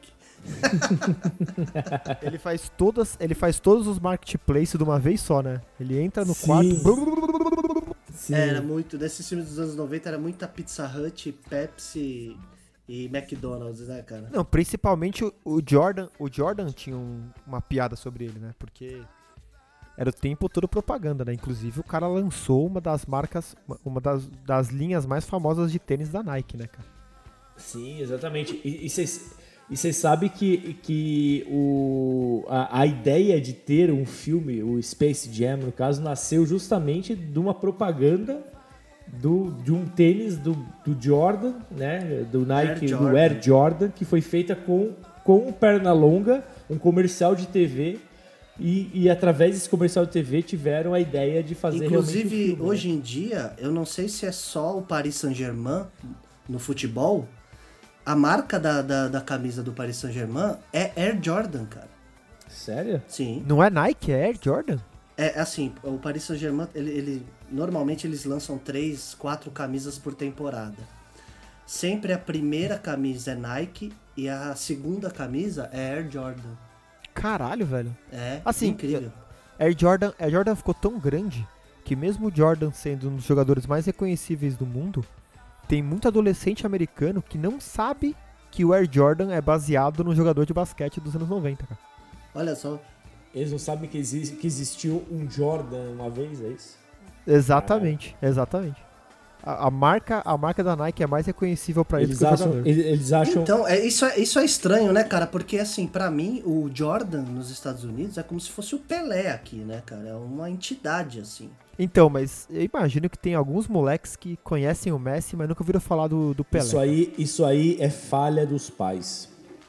Ele faz todas, ele faz todos os marketplaces de uma vez só, né? Ele entra no Sim. quarto. Sim. Era muito, desses filmes dos anos noventa, era muita Pizza Hut, Pepsi e McDonald's, né, cara? Não, principalmente o, o Jordan, o Jordan tinha um- uma piada sobre ele, né? Porque era o tempo todo propaganda, né? Inclusive o cara lançou uma das marcas, uma- uma das, das linhas mais famosas de tênis da Nike, né, cara? Sim, exatamente. E vocês e vocês sabem que, que o, a, a ideia de ter um filme, o Space Jam, no caso, nasceu justamente de uma propaganda do, de um tênis do, do Jordan, né? Do Nike, Air do Jordan. Air Jordan, que foi feita com, com o Pernalonga, um comercial de T V. E, e através desse comercial de T V tiveram a ideia de fazer realmente um Inclusive, filme, né? hoje em dia, eu não sei se é só o Paris Saint-Germain no futebol, a marca da, da, da camisa do Paris Saint-Germain é Air Jordan, cara. Sério? Sim. Não é Nike, é Air Jordan? É assim, o Paris Saint-Germain, ele, ele- normalmente eles lançam três, quatro camisas por temporada. Sempre a primeira camisa é Nike e a segunda camisa é Air Jordan. Caralho, velho. É Assim, incrível. Air Jordan, Air Jordan ficou tão grande que mesmo o Jordan sendo um dos jogadores mais reconhecíveis do mundo, tem muito adolescente americano que não sabe que o Air Jordan é baseado no jogador de basquete dos anos noventa, cara. Olha só. Eles não sabem que, existe, que existiu um Jordan uma vez, é isso? Exatamente, exatamente. A, a marca, a marca da Nike é mais reconhecível pra eles Eles que o acham, jogador. eles, eles acham Então, é, isso, é, isso é estranho, né, cara? Porque, assim, pra mim, o Jordan nos Estados Unidos é como se fosse o Pelé aqui, né, cara? É uma entidade, assim. Então, mas eu imagino que tem alguns moleques que conhecem o Messi, mas nunca ouviram falar do, do Pelé. isso aí, isso aí é falha dos pais.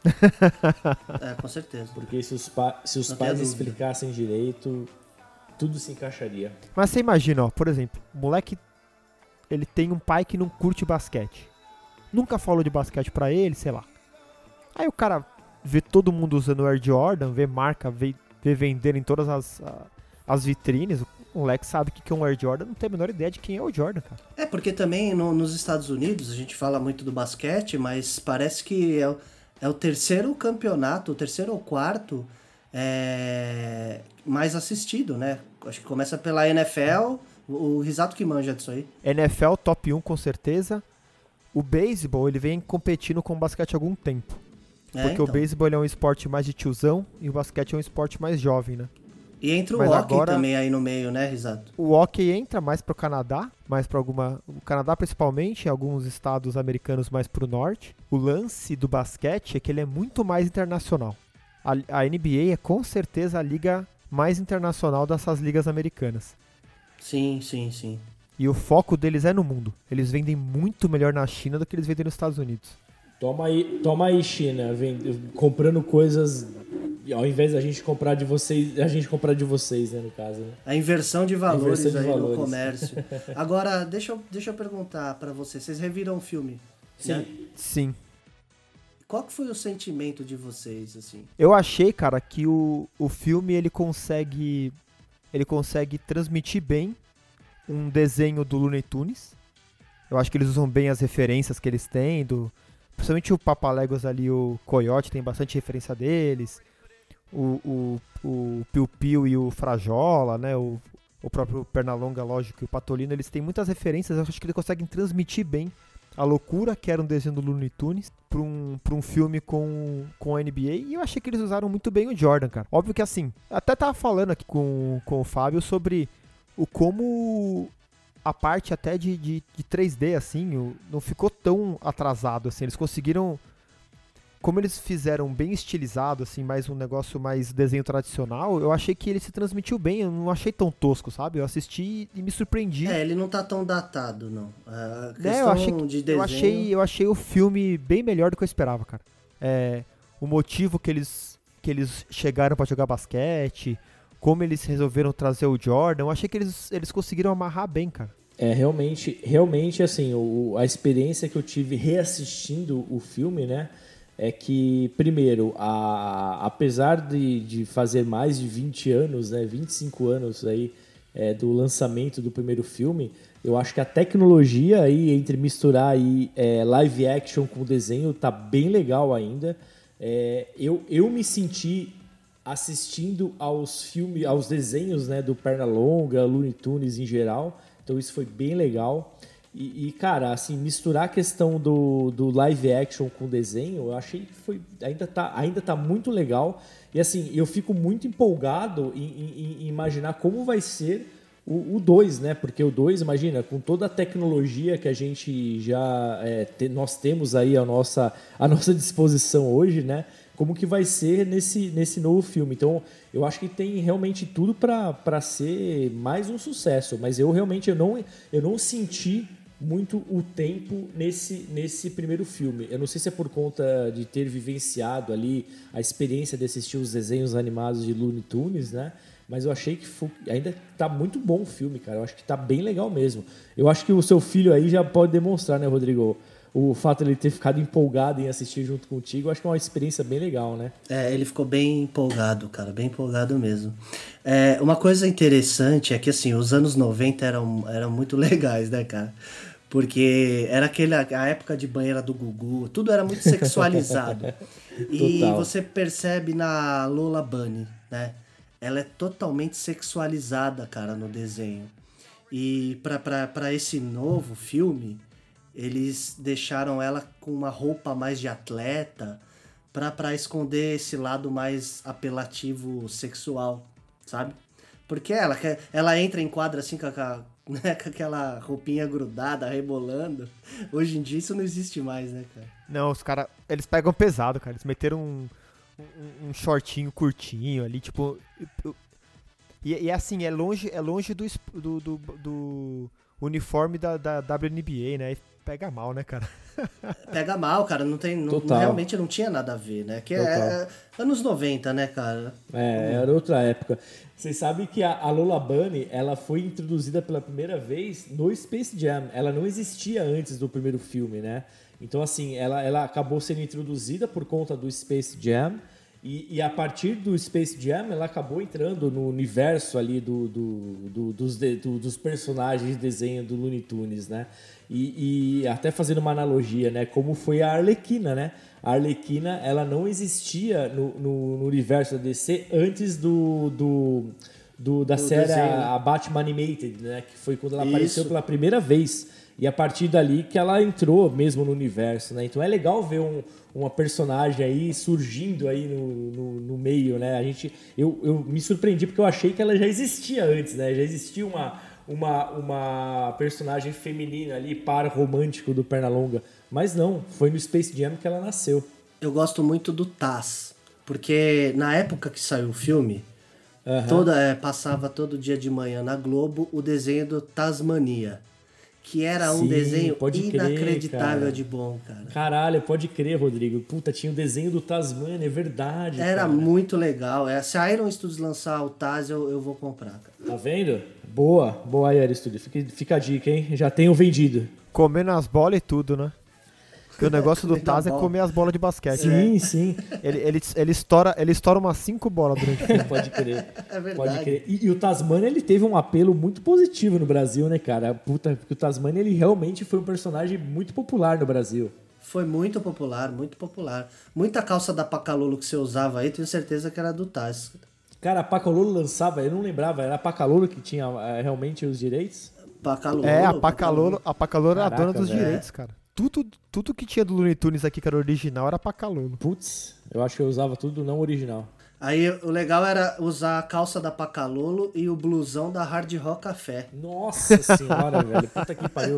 É, com certeza. Porque se os, pa- se os Não pais tenho dúvida. explicassem direito, tudo se encaixaria. Mas você imagina, ó, por exemplo, o moleque, ele tem um pai que não curte basquete. Nunca falou de basquete pra ele, sei lá. Aí o cara vê todo mundo usando o Air Jordan, vê marca, vê, vê vender em todas as, a- as vitrines. O moleque sabe o que que é um Air Jordan, não tem a menor ideia de quem é o Jordan, cara. É, porque também no- nos Estados Unidos, a gente fala muito do basquete, mas parece que é, o- é o terceiro campeonato, o terceiro ou quarto é, mais assistido, né? Acho que começa pela N F L, o, o Risato que manja disso aí. N F L top um com certeza. O beisebol, ele vem competindo com o basquete há algum tempo. É, Porque então. o beisebol ele é um esporte mais de tiozão e o basquete é um esporte mais jovem, né? E entra o Mas hockey agora- também aí no meio, né, Risato? O hockey entra mais pro Canadá, mais para alguma, o Canadá principalmente, alguns estados americanos mais pro norte. O lance do basquete é que ele é muito mais internacional. A, a N B A é com certeza a liga mais internacional dessas ligas americanas. Sim, sim, sim. E o foco deles é no mundo. Eles vendem muito melhor na China do que eles vendem nos Estados Unidos. Toma aí, toma aí, China, vem, comprando coisas, ao invés da gente comprar de vocês, a gente comprar de vocês, né, no caso, né? A inversão de valores Inversão de aí valores. no comércio. Agora, deixa eu, deixa eu perguntar pra vocês. Vocês reviram o filme? Sim. Né? Sim. Qual que foi o sentimento de vocês, assim? Eu achei, cara, que o, o filme ele consegue ele consegue transmitir bem um desenho do Looney Tunes. Eu acho que eles usam bem as referências que eles têm, do, principalmente o Papaléguas ali, o Coyote, tem bastante referência deles. O, o, o Piu Piu e o Frajola, né? O, o próprio Pernalonga, lógico, e o Patolino, eles têm muitas referências. Eu acho que eles conseguem transmitir bem a loucura que era um desenho do Looney Tunes pra um, pra um filme com, com a N B A. E eu achei que eles usaram muito bem o Jordan, cara. Óbvio que assim, até tava falando aqui com, com o Fábio sobre o como a parte até de, de, de três D, assim, o- não ficou tão atrasado, assim. Eles conseguiram... Como eles fizeram bem estilizado, assim, mais um negócio mais desenho tradicional, eu achei que ele se transmitiu bem, eu não achei tão tosco, sabe? Eu assisti e me surpreendi. É, ele não tá tão datado, não. A questão Né, eu achei, que- de desenho... eu, achei, eu achei o filme bem melhor do que eu esperava, cara. É, o motivo que eles, que eles chegaram pra jogar basquete, como eles resolveram trazer o Jordan, eu achei que eles, eles conseguiram amarrar bem, cara. É, realmente, realmente assim, o, a experiência que eu tive reassistindo o filme, né, é que, primeiro, a, apesar de, de fazer mais de vinte anos, né, vinte e cinco anos aí, é, do lançamento do primeiro filme, eu acho que a tecnologia aí, entre misturar aí, é, live action com desenho, tá bem legal ainda. É, eu, eu me senti assistindo aos filmes, aos desenhos, né, do Pernalonga, Looney Tunes em geral, então isso foi bem legal. E, e, cara, assim, misturar a questão do, do live action com desenho, eu achei que foi, ainda, tá, ainda tá muito legal. E assim, eu fico muito empolgado em, em- em imaginar como vai ser o dois, né? Porque o dois, imagina, com toda a tecnologia que a gente já é, te- nós temos aí à nossa, à nossa disposição hoje, né? Como que vai ser nesse, nesse novo filme. Então, eu acho que tem realmente tudo para ser mais um sucesso. Mas eu realmente eu não, eu não senti muito o tempo nesse, nesse primeiro filme. Eu não sei se é por conta de ter vivenciado ali a experiência de assistir os desenhos animados de Looney Tunes, né? Mas eu achei que foi- ainda tá muito bom o filme, cara. Eu acho que tá bem legal mesmo. Eu acho que o seu filho aí já pode demonstrar, né, Rodrigo? O fato de ele ter ficado empolgado em assistir junto contigo, eu acho que é uma experiência bem legal, né? É, ele ficou bem empolgado, cara, bem empolgado mesmo. É, uma coisa interessante é que, assim, os anos noventa eram, eram muito legais, né, cara? Porque era aquele, a época de banheira do Gugu, tudo era muito sexualizado. E Total. você percebe na Lola Bunny, né? Ela é totalmente sexualizada, cara, no desenho. E pra, pra, pra esse novo filme, eles deixaram ela com uma roupa mais de atleta pra, pra esconder esse lado mais apelativo sexual, sabe? Porque ela, quer- ela entra em quadra assim com, a- com a- né, com aquela roupinha grudada, rebolando. Hoje em dia isso não existe mais, né, cara? Não, os caras, eles pegam pesado, cara. Eles meteram um, um, um shortinho curtinho ali, tipo... E, e assim, é longe, é longe do, es- do, do, do uniforme da, da W N B A, né? E pega mal, né, cara? Pega mal, cara, não tem, não- Total. realmente não tinha nada a ver, né? Que é, Total. é anos noventa, né, cara? É, era outra época. Vocês sabem que a, a Lola Bunny, ela foi introduzida pela primeira vez no Space Jam. Ela não existia antes do primeiro filme, né? Então, assim, ela, ela acabou sendo introduzida por conta do Space Jam. E, e a partir do Space Jam, ela acabou entrando no universo ali do, do- do- dos, de- do- dos personagens de desenho do Looney Tunes, né? E, e até fazendo uma analogia, né? Como foi a Arlequina, né? A Arlequina, ela não existia no, no- no universo da D C antes do, do, do- da Do série desenho, né? a Batman Animated, né? Que foi quando ela Isso. apareceu pela primeira vez. E a partir dali que ela entrou mesmo no universo, né? Então é legal ver um- uma personagem aí surgindo aí no, no, no meio, né? A gente, eu, eu me surpreendi porque eu achei que ela já existia antes, né? Já existia uma, uma, uma personagem feminina ali, par romântico do Pernalonga. Mas não, foi no Space Jam que ela nasceu. Eu gosto muito do Taz, porque na época que saiu o filme, Aham. toda, é, passava todo dia de manhã na Globo o desenho do Tasmania, que era um Sim, desenho pode crer, inacreditável cara. de bom, cara. Caralho, pode crer, Rodrigo. Puta, tinha o desenho do Tasmania, é verdade. Era cara. muito legal. É, se a Iron Studios lançar o Taz, eu, eu vou comprar, cara. Tá vendo? Boa, boa aí, Aero Studio. Fica, fica a dica, hein? Já tenho vendido. Comendo as bolas e tudo, né? Porque o negócio do Comendo a Taz é bola. comer as bolas de basquete. Sim, sim. Ele, ele, ele, estoura, ele estoura umas cinco bolas durante o filme. Pode crer. É verdade. Pode crer. E, e o Tasmania, ele teve um apelo muito positivo no Brasil, né, cara? Puta, porque o Tasmania, ele realmente foi um personagem muito popular no Brasil. Foi muito popular, muito popular. Muita calça da Pacalolo que você usava aí, tenho certeza que era do Taz. Cara, a Pacalolo lançava, eu não lembrava, era a Pacalolo que tinha eh, realmente os direitos? Pacalolo. É, a Pacalolo, a Pacalolo era a Caraca, dona dos velho. direitos, cara. Tudo, tudo que tinha do Looney Tunes aqui que era original era Pacalolo. Putz, eu acho que eu usava tudo não original. Aí o legal era usar a calça da Pacalolo e o blusão da Hard Rock Café. Nossa senhora, velho. Puta que pariu.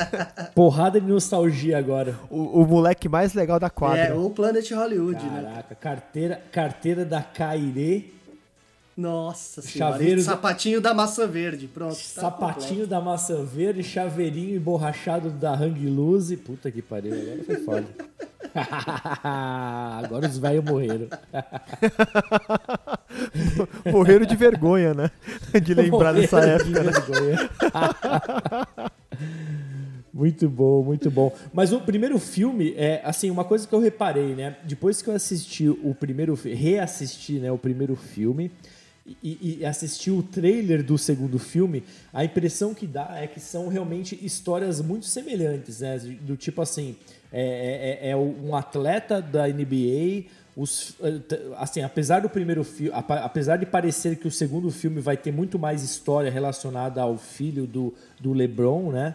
Porrada de nostalgia agora. O, o moleque mais legal da quadra. É, o Planet Hollywood, né? Caraca, carteira, carteira da Cairê, Nossa senhora. Chaveiro E da- sapatinho da maçã verde, pronto. tá sapatinho da maçã verde, chaveirinho emborrachado da Hang Loose. Puta que pariu, agora foi foda. Agora os velhos morreram. Morreram de vergonha, né? De lembrar dessa Morreram época. de né? vergonha. Muito bom, muito bom. Mas o primeiro filme, é assim, uma coisa que eu reparei, né? Depois que eu assisti o primeiro, fi- reassisti, né, o primeiro filme e, e assisti o trailer do segundo filme, a impressão que dá é que são realmente histórias muito semelhantes, né? Do tipo assim, é, é, é um atleta da N B A. Os, assim, apesar do primeiro filme, apesar de parecer que o segundo filme vai ter muito mais história relacionada ao filho do, do LeBron, né?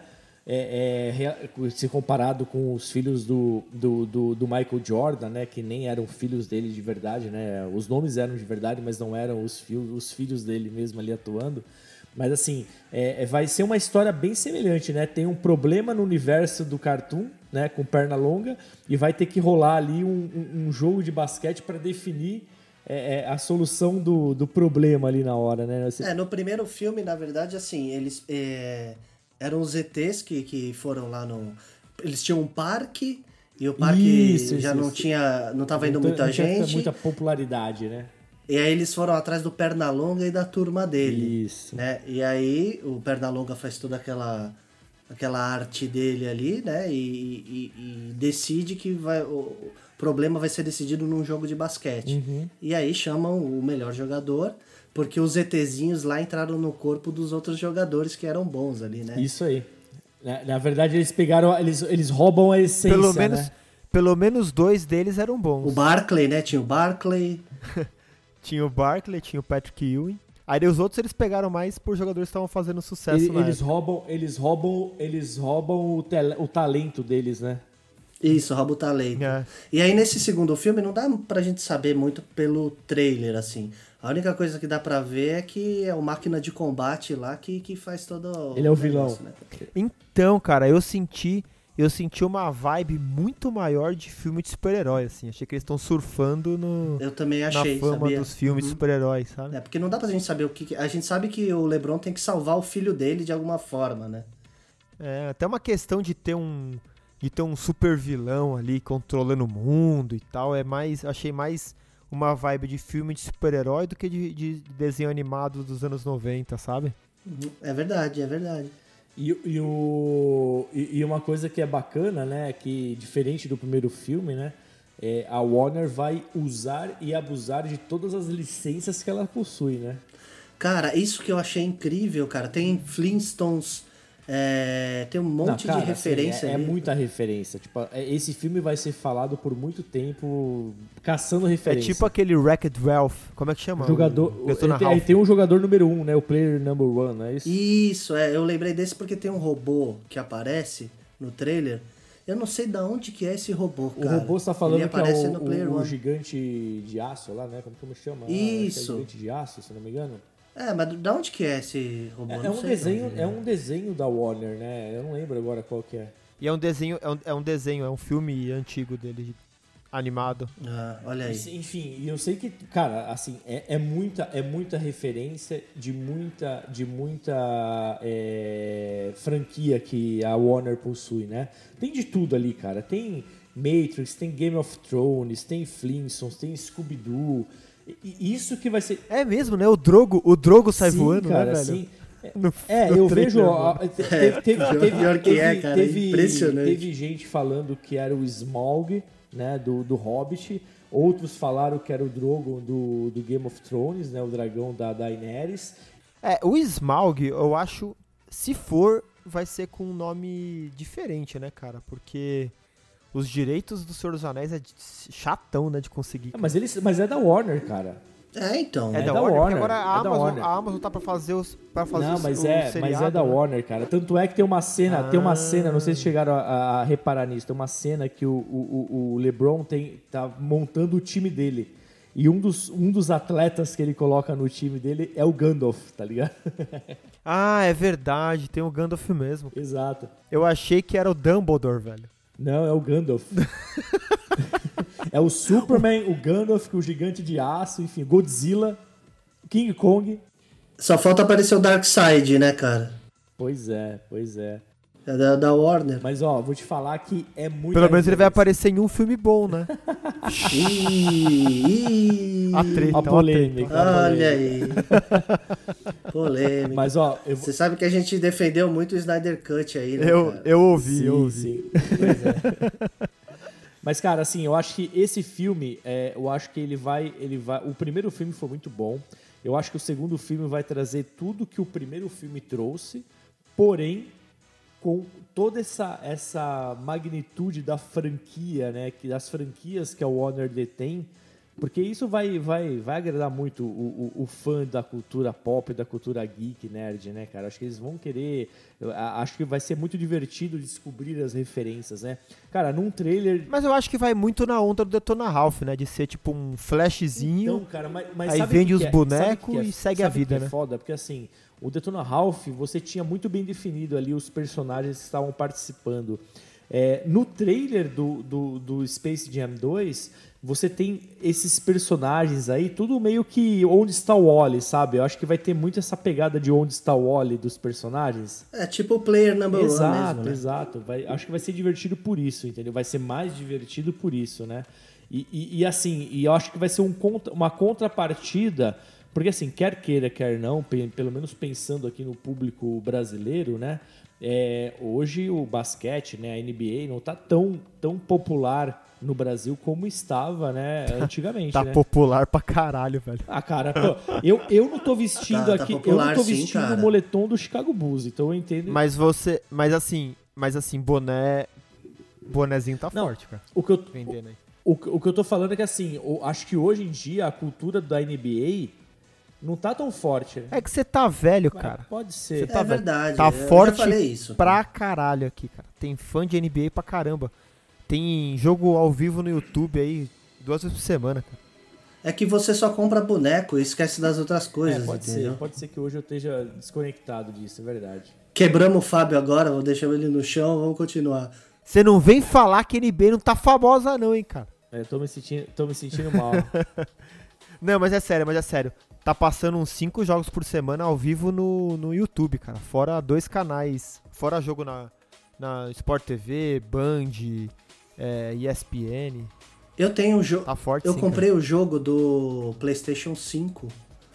é, é, rea- se comparado com os filhos do, do, do, do Michael Jordan, né, que nem eram filhos dele de verdade, né, os nomes eram de verdade, mas não eram os, fio, os filhos dele mesmo ali atuando. Mas assim, é, é, vai ser uma história bem semelhante, né? Tem um problema no universo do cartoon, né, com perna longa, e vai ter que rolar ali um, um, um jogo de basquete para definir é, é, a solução do, do problema ali na hora, né? Você- É, no primeiro filme, na verdade, assim, eles é, eram os E Tês que, que foram lá no... Eles tinham um parque, e o parque Isso, já isso, não isso. tinha... Não tava indo não muita não tinha gente. muita popularidade, né? E aí eles foram atrás do Pernalonga e da turma dele. Isso. Né? E aí o Pernalonga faz toda aquela, aquela arte dele ali, né? E, e- e decide que vai, o problema vai ser decidido num jogo de basquete. Uhum. E aí chamam o melhor jogador, porque os ETzinhos lá entraram no corpo dos outros jogadores que eram bons ali, né? Isso aí. Na, na verdade, eles pegaram, eles, eles roubam a essência, Pelo menos, né? pelo menos dois deles eram bons. O Barclay, né? Tinha o Barclay. Tinha o Barkley, tinha o Patrick Ewing. Aí os outros eles pegaram mais por jogadores que estavam fazendo sucesso Ele- na eles época. roubam, eles roubam, eles roubam o, tele- o talento deles, né? Isso, rouba o talento. É. E aí nesse segundo filme não dá pra gente saber muito pelo trailer, assim. A única coisa que dá pra ver é que é o máquina de combate lá que, que faz todo Ele é o vilão. né? Então, cara, eu senti, eu senti uma vibe muito maior de filme de super-herói, assim. Achei que eles estão surfando no, Eu também na achei, fama sabia? dos filmes de Uhum. super-heróis, sabe? É, porque não dá pra gente saber o que... que- A gente sabe que o LeBron tem que salvar o filho dele de alguma forma, né? É, até uma questão de ter um de ter um super vilão ali controlando o mundo e tal, é mais, achei mais uma vibe de filme de super-herói do que de, de desenho animado dos anos noventa, sabe? Uhum. É verdade, é verdade. E, e, o, e, e uma coisa que é bacana, né? Que diferente do primeiro filme, né? É, a Warner vai usar e abusar de todas as licenças que ela possui, né? Cara, isso que eu achei incrível, cara. Tem Flintstones, é, tem um monte Não, cara, de referência assim, é, é ali. muita referência. Tipo, é- esse filme vai ser falado por muito tempo, caçando É referência. tipo aquele Wreck-It Ralph, como é que chama? jogador. O Detona ele tem, aí Ralph. tem um jogador número um, né? O player number one, não é isso? Isso, é, eu lembrei desse porque tem um robô que aparece no trailer. Eu não sei de onde que é esse robô, O cara. robô você tá falando Ele que é aparece o, no Player o, o One. gigante de aço lá, né? Como, como chama? Ah, Isso. acho que é gigante de aço, se não me engano. É, mas de onde que é esse robô? É, Não é um sei de desenho, onde é ele um desenho da Warner, né? Eu não lembro agora qual que é. E é um desenho, é um, é um desenho, é um filme antigo dele, animado. Ah, olha aí. Enfim, e eu sei que, cara, assim, é, é muita, é muita referência de muita, de muita é, franquia que a Warner possui, né? Tem de tudo ali, cara. Tem Matrix, tem Game of Thrones, tem Flintstones, tem Scooby-Doo. E- e isso que vai ser... É mesmo, né? O Drogo, o Drogo sai Sim, voando, cara, né, velho? sim. No- É, no eu trailer, vejo. ó, mano. te- Teve, teve, pior- teve, pior que é, teve- cara, teve- impressionante. teve gente falando que era o Smaug, né, do, do Hobbit. Outros falaram que era o Drogon do, do Game of Thrones, né, o dragão da Daenerys. É, o Smaug, eu acho, se for, vai ser com um nome diferente, né, cara? Porque os direitos do Senhor dos Anéis é de- chatão, né, de conseguir. Ah, mas, eles, mas é da Warner, cara. É, então. É, é da, da Warner, porque Warner, agora a, é da Amazon, Warner. a Amazon tá pra fazer os pra fazer Não, os, mas o é, mas seriado, é da né? Warner, cara. Tanto é que tem uma cena, tem uma Ah. cena, não sei se chegaram a, a reparar nisso, tem uma cena que o, o, o- o LeBron tem, tá montando o time dele. E um dos, um dos atletas que ele coloca no time dele é o Gandalf, tá ligado? Ah, é verdade, tem o Gandalf mesmo. Exato. Eu achei que era o Dumbledore, velho. Não, é o Gandalf. É o Superman, o Gandalf, o Gigante de Aço, enfim, Godzilla, King Kong. Só falta aparecer o Darkseid, né, cara? Pois é, pois é. É da, da Warner. Mas ó, vou te falar que é muito. Pelo menos ele vai aparecer em um filme bom, né? Ih, ih. A treta, A ó, polêmica. a Olha polêmica. aí. Polêmica. Mas ó, eu vou. Você sabe que a gente defendeu muito o Snyder Cut aí, né, Eu, cara? eu ouvi, Sim, eu ouvi. sim. Mas, cara, assim, eu acho que esse filme, é, eu acho que ele vai, ele vai. O primeiro filme foi muito bom. Eu acho que o segundo filme vai trazer tudo que o primeiro filme trouxe, porém, com toda essa, essa magnitude da franquia, né? Que das franquias que a Warner detém, Porque isso vai, vai, vai agradar muito o, o, o fã da cultura pop, da cultura geek, nerd, né, cara? Acho que eles vão querer... eu a- acho que vai ser muito divertido descobrir as referências, né? Cara, num trailer... Mas eu acho que vai muito na onda do Detona Ralph, né? De ser tipo um flashzinho. Então, cara, mas, mas aí sabe vende o que os que é? bonecos Sabe o que que é? e segue a Sabe o vida, que é né? foda? Porque assim, o Detona Ralph, você tinha muito bem definido ali os personagens que estavam participando. É, no trailer do, do, do Space Jam dois, você tem esses personagens aí, tudo meio que onde está o Wally, sabe? Eu acho que vai ter muito essa pegada de onde está o Wally dos personagens. É tipo o player number one Exato, mesmo, né? exato. Vai, acho que vai ser divertido por isso, entendeu? Vai ser mais divertido por isso, né? E, e, e assim, e eu acho que vai ser um contra, uma contrapartida, porque assim, quer queira, quer não, pe- pelo menos pensando aqui no público brasileiro, né? É, hoje o basquete, né, a N B A não tá tão, tão popular no Brasil como estava, né, antigamente, Tá né? popular pra caralho, velho. Ah, cara, pô, eu, eu não tô vestindo Tá- tá aqui, eu popular não tô sim, vestindo cara. o moletom do Chicago Bulls, então eu entendo. Mas você. Mas assim, mas assim, boné. Bonezinho tá Não. forte, cara. O que eu, Vendendo aí. O, que- o que eu tô falando é que, assim, o- acho que hoje em dia a cultura da N B A não tá tão forte, né? É que você tá velho, Mas cara. Pode Você ser. tá É velho. verdade, Tá eu já forte falei isso. pra caralho aqui, cara. Tem fã de N B A pra caramba. Tem jogo ao vivo no YouTube aí, duas vezes por semana, cara. É que você só compra boneco e esquece das outras É, coisas, pode entendeu? ser. Pode ser que hoje eu esteja desconectado disso, é verdade. Quebramos o Fábio agora, vou deixar ele no chão, vamos continuar. Você não vem falar que N B A não tá famosa não, hein, cara. É, eu tô me sentindo, tô me sentindo mal. Não, mas é sério, mas é sério. Tá passando uns cinco jogos por semana ao vivo no, no YouTube, cara. Fora dois canais. Fora jogo na, na Sport T V, Band, é, E S P N. Eu tenho um jogo. Tá forte Eu sim, comprei o jogo do PlayStation cinco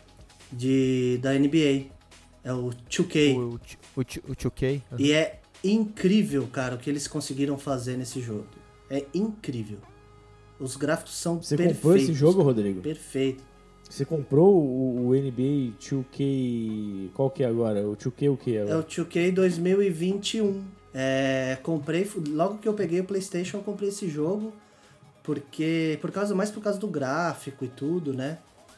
de, da N B A. É o dois cara. K. O, o, o, o dois K. aham. E é incrível, cara, o que eles conseguiram fazer nesse jogo. É incrível. Os gráficos são Você perfeitos. comprou esse jogo, Rodrigo? Perfeito. Você comprou o, o N B A dois K... Qual que é agora? O dois K o que É o agora? dois K dois mil e vinte e um. É, comprei, logo que eu peguei o PlayStation, eu comprei esse jogo. Porque, por causa, mais por causa do gráfico e tudo, né?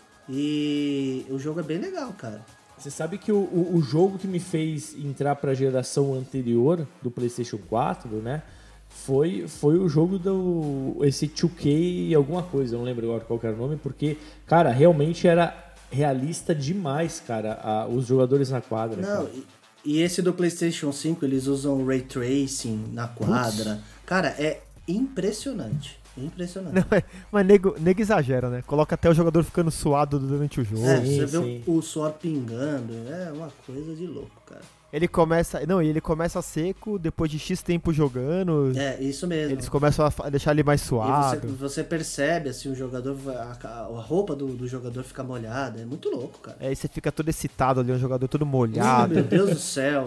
E o jogo é bem legal, cara. Você sabe que o, o, o jogo que me fez entrar pra geração anterior do PlayStation quatro, né? Foi, foi o jogo do... Esse dois K alguma coisa, eu não lembro agora qual que era o nome, porque, cara, realmente era realista demais, cara, a- os jogadores na quadra. Não, cara. e, e esse do PlayStation cinco, eles usam Ray Tracing na quadra. Cara, é impressionante. Impressionante. Não, mas- mas nego, nego exagera, né? Coloca até o jogador ficando suado durante o jogo. É, Sim, você vê sim. o, o suor pingando, é uma coisa de louco, cara. Ele começa. Não, e ele começa seco depois de X tempo jogando. É, isso mesmo. Eles começam a fa- deixar ele mais E você, suado. você percebe, assim, o jogador, a, a roupa do, do jogador fica molhada, é muito louco, cara. Aí você fica todo excitado ali, um jogador todo Ah, molhado. meu Deus do céu.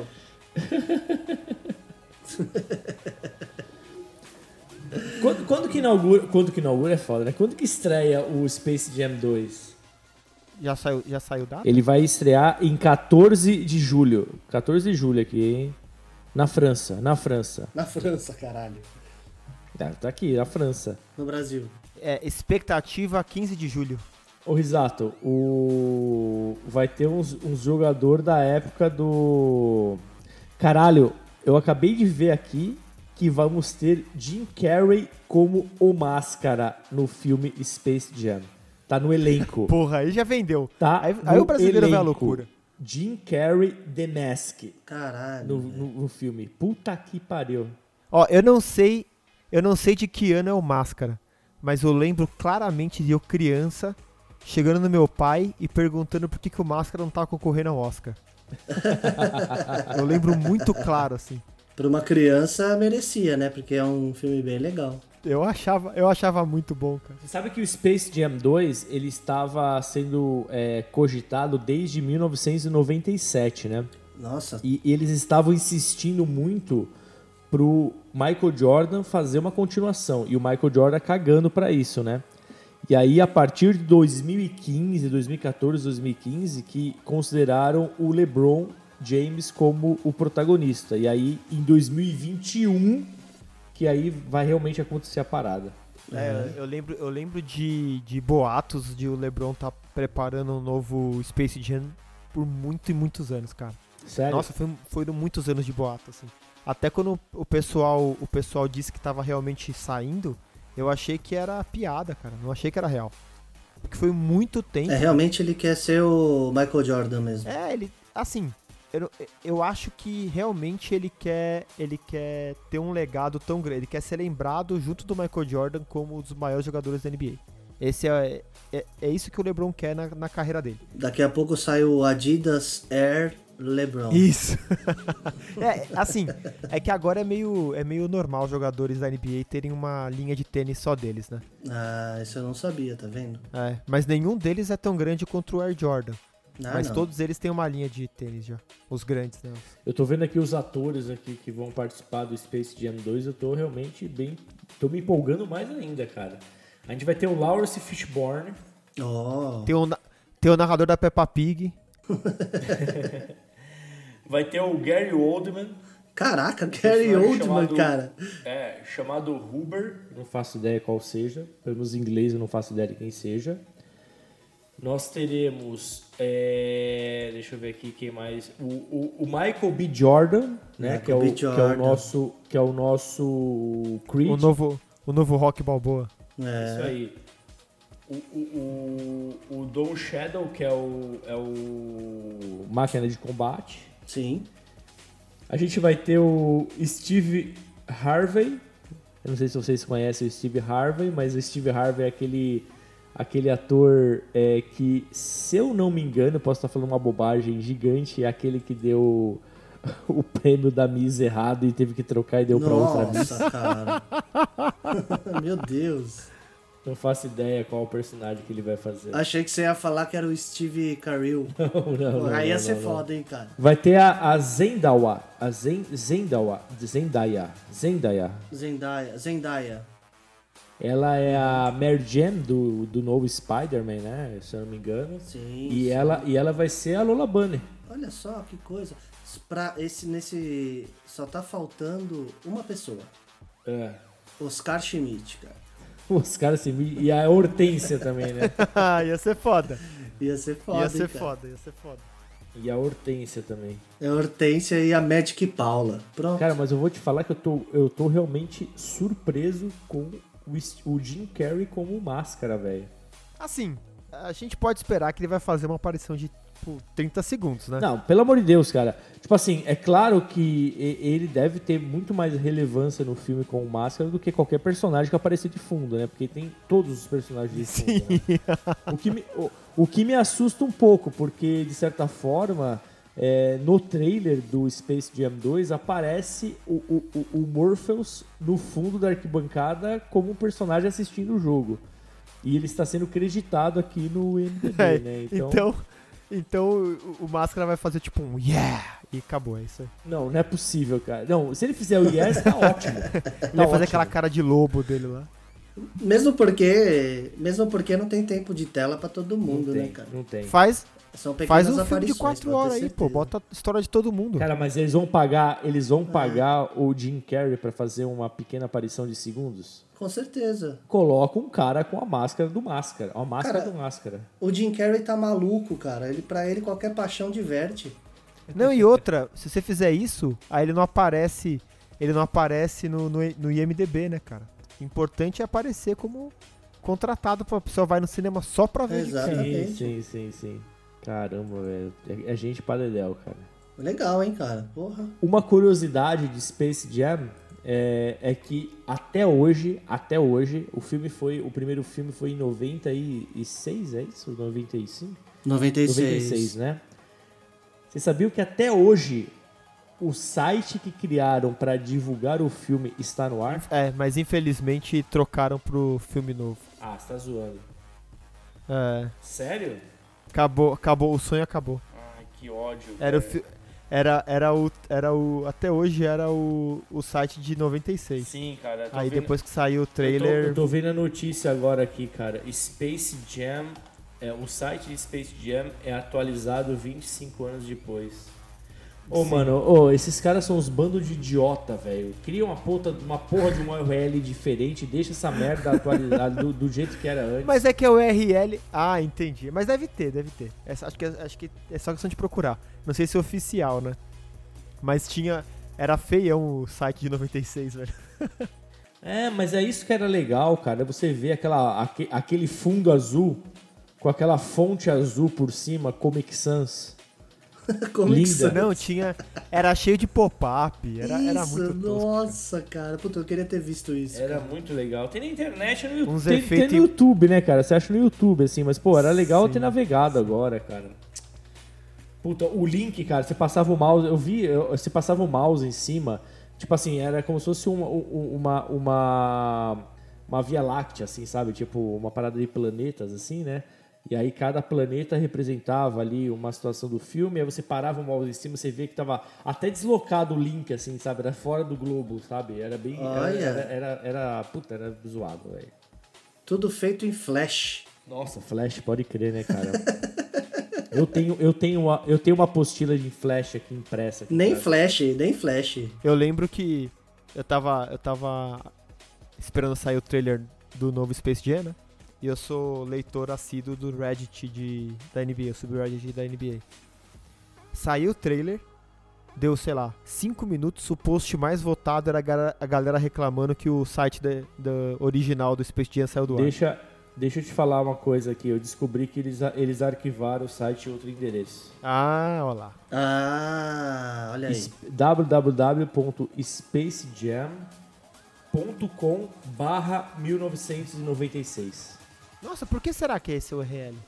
Quando, quando que inaugura... Quando que inaugura é foda, né? Quando que estreia o Space Jam dois? Já saiu, já saiu data? Ele vai estrear em quatorze de julho. quatorze de julho aqui, hein? Na França, na França. Na França, caralho. Tá, tá aqui, na França. No Brasil. É, expectativa quinze de julho. Ô, Risato, o... vai ter uns, uns jogador da época do... Caralho, eu acabei de ver aqui que vamos ter Jim Carrey como o Máscara no filme Space Jam. Tá no elenco. Porra, aí já vendeu. Tá Aí, aí no o brasileiro vê a elenco. loucura. Jim Carrey The Mask Caralho. no, velho. no, no filme. Puta que pariu. Ó, eu não sei. Eu não sei de que ano é o Máscara. Mas eu lembro claramente de eu criança chegando no meu pai e perguntando por que, que o Máscara não tava concorrendo ao Oscar. Eu lembro muito claro, assim. Pra uma criança, merecia, né? Porque é um filme bem legal. Eu achava, eu achava muito bom, cara. Você sabe que o Space Jam dois ele estava sendo é, cogitado desde mil novecentos e noventa e sete, né? Nossa, E eles estavam insistindo muito pro Michael Jordan fazer uma continuação. E o Michael Jordan cagando pra isso, né? E aí, a partir de dois mil e quinze, dois mil e quatorze, dois mil e quinze, que consideraram o LeBron James como o protagonista. E aí, em dois mil e vinte e um, que aí vai realmente acontecer a parada. É, eu lembro, eu lembro de, de boatos de o LeBron tá preparando um novo Space Jam por muito e muitos anos, cara. Sério? Nossa, foi, foram muitos anos de boato, assim. Até quando o pessoal, o pessoal disse que tava realmente saindo, eu achei que era piada, cara. Não achei que era real. Porque foi muito tempo. É, realmente ele quer ser o Michael Jordan mesmo. É, ele, assim, eu, eu acho que realmente ele quer, ele quer ter um legado tão grande. Ele quer ser lembrado junto do Michael Jordan como um dos maiores jogadores da N B A. Esse é, é, é isso que o LeBron quer na, na carreira dele. Daqui a pouco sai o Adidas Air LeBron. Isso. É, assim, é que agora é meio, é meio normal os jogadores da N B A terem uma linha de tênis só deles, né? Ah, isso eu não sabia, tá vendo? É, mas nenhum deles é tão grande contra o Air Jordan. Ah, mas não. todos eles têm uma linha de tênis já. Os grandes, né? Eu tô vendo aqui os atores aqui que vão participar do Space Jam dois, eu tô realmente bem... Tô me empolgando mais ainda, cara. A gente vai ter o Lawrence Fishburne. Oh. Tem o, na- tem o narrador da Peppa Pig. Vai ter o Gary Oldman. Caraca, Gary personagem Oldman, chamado- cara. É, chamado Huber. Não faço ideia qual seja. Pelo menos em inglês eu não faço ideia de quem seja. Nós teremos... é, deixa eu ver aqui quem mais. O, o, o Michael B. Jordan, né? Michael Que é, o, B. que é o Jordan. nosso que é o nosso Creed. O novo, o novo Rock Balboa. Isso É. aí. O, o, o, o Don Shadow, que é o, é o máquina de combate. Sim. A gente vai ter o Steve Harvey. Eu não sei se vocês conhecem o Steve Harvey, mas o Steve Harvey é aquele, aquele ator é, que, se eu não me engano, eu posso estar falando uma bobagem gigante, é aquele que deu o prêmio da Miss errado e teve que trocar e deu pra outra Miss. Nossa, cara. Meu Deus. Não faço ideia qual o personagem que ele vai fazer. Achei que você ia falar que era o Steve Carell. Não, não, não, Aí ia não, ser não, foda, hein, cara. Vai ter a, a Zendaya, a Zen, Zendaya, Zendaya, Zendaya. Zendaya. Zendaya. Ela é a Mary Jane do, do novo Spider-Man, né? Se eu não me engano. Sim. E sim. ela, e ela vai ser a Lola Bunny. Olha só que coisa. Pra esse, nesse... Só tá faltando uma pessoa. É. Oscar Schmidt, cara. Os caras se me- E a Hortência também, né? Ia ser foda. Ia ser foda, Ia hein, ser cara. foda, ia ser foda. E a Hortência também. É a Hortência e a Magic Paula. Pronto. Cara, mas eu vou te falar que eu tô, eu tô realmente surpreso com o, S- o Jim Carrey como Máscara, velho. Assim, a gente pode esperar que ele vai fazer uma aparição de tipo, trinta segundos, né? Não, pelo amor de Deus, cara. Tipo assim, é claro que e- ele deve ter muito mais relevância no filme com o Máscara do que qualquer personagem que aparecer de fundo, né? Porque tem todos os personagens de fundo, né? O que, me, o, o que me assusta um pouco, porque, de certa forma, é, no trailer do Space Jam dois aparece o, o, o, o Morpheus no fundo da arquibancada como um personagem assistindo o jogo. E ele está sendo creditado aqui no I M D B, É, né? então, então o, o Máscara vai fazer tipo um yeah! E acabou, é isso aí. Não, não é possível, cara. Não, se ele fizer o yes, tá ótimo. Ele Tá vai fazer ótimo. aquela cara de lobo dele lá. Mesmo porque... Mesmo porque não tem tempo de tela pra todo mundo, não tem, né, cara? Não tem. Faz, São pequenas faz um filme aparições, de quatro pode ter horas aí, pô. certeza. Bota a história de todo mundo. Cara, mas eles vão pagar, eles vão pagar o Jim Carrey pra fazer uma pequena aparição de segundos? Com certeza. Coloca um cara com a máscara do Máscara. A máscara Cara, do Máscara. O Jim Carrey tá maluco, cara. Ele, pra ele, qualquer paixão diverte. Não, e outra, se você fizer isso, aí ele não aparece. Ele não aparece no, no, no I M D B, né, cara? O importante é aparecer como contratado pra pessoa vai no cinema só pra ver. Exato. Exatamente. Sim, sim, sim, sim. Caramba, velho. É, é gente pra dedéu, cara. Legal, hein, cara? Porra. Uma curiosidade de Space Jam é, é que até hoje, até hoje, o filme foi. O primeiro filme foi em noventa e seis, é isso? noventa e cinco? noventa e seis. noventa e seis, né? Você sabia que até hoje o site que criaram pra divulgar o filme está no ar? É, mas infelizmente trocaram pro filme novo. Ah, você tá zoando. É, Sério? acabou, acabou, o sonho acabou. Ai, que ódio. Era o, velho. fi- era, era o, era o, até hoje era o, o site de noventa e seis. Sim, cara. eu tô Aí vendo- depois que saiu o Eu tô, trailer, eu tô vendo a notícia agora aqui, cara. Space Jam, é, o site de Space Jam é atualizado vinte e cinco anos depois. Ô, mano, ô, esses caras são uns bandos de idiota, velho. Cria uma, puta, uma porra de um U R L diferente, deixa essa merda atualizada do, do jeito que era antes. Mas é que é o U R L... Ah, entendi. Mas deve ter, deve ter. Essa, acho, que, acho que é só questão de procurar. Não sei se é oficial, né? Mas tinha... Era feião o site de noventa e seis, velho. É, mas é isso que era legal, cara. Você vê aquela, aque, aquele fundo azul com aquela fonte azul por cima, Comic Sans. Como Linda. isso? Não, tinha... Era cheio de pop-up. Era, era Isso, muito tosco, nossa, cara. Puta, eu queria ter visto isso. Era cara. muito legal. Tem na internet, no YouTube. Uns Tem, efeitos- tem no YouTube, né, cara? Você acha no YouTube, assim, mas, pô, era legal Sim, ter navegado agora, cara. Puta, o link, cara, você passava o mouse, eu vi, eu- você passava o mouse em cima, tipo assim, era como se fosse uma, uma, uma, uma Via Láctea, assim, sabe? Tipo, uma parada de planetas, assim, né? E aí cada planeta representava ali uma situação do filme, aí você parava o mouse em cima, você vê que tava até deslocado o link, assim, sabe? Era fora do globo, sabe? Era bem... Era, Olha. era, era, era- puta, era zoado, velho. Tudo feito em Flash. Nossa, Flash, pode crer, né, cara? eu, tenho, eu, tenho uma, eu tenho uma apostila de Flash aqui impressa. Aqui, Nem cara. Flash, nem Flash. Eu lembro que eu tava, eu tava esperando sair o trailer do novo Space Jam, né? E eu sou leitor assíduo do Reddit de, da N B A, o subreddit da N B A. Saiu o trailer, deu, sei lá, cinco minutos, o post mais votado era a galera, a galera reclamando que o site da, da original do Space Jam saiu do ar. Deixa, deixa eu te falar uma coisa aqui. Eu descobri que eles, eles arquivaram o site em outro endereço. Ah, olha lá. Ah, olha aí. w w w ponto space jam ponto com barra mil novecentos e noventa e seis. Nossa, por que será que é esse U R L?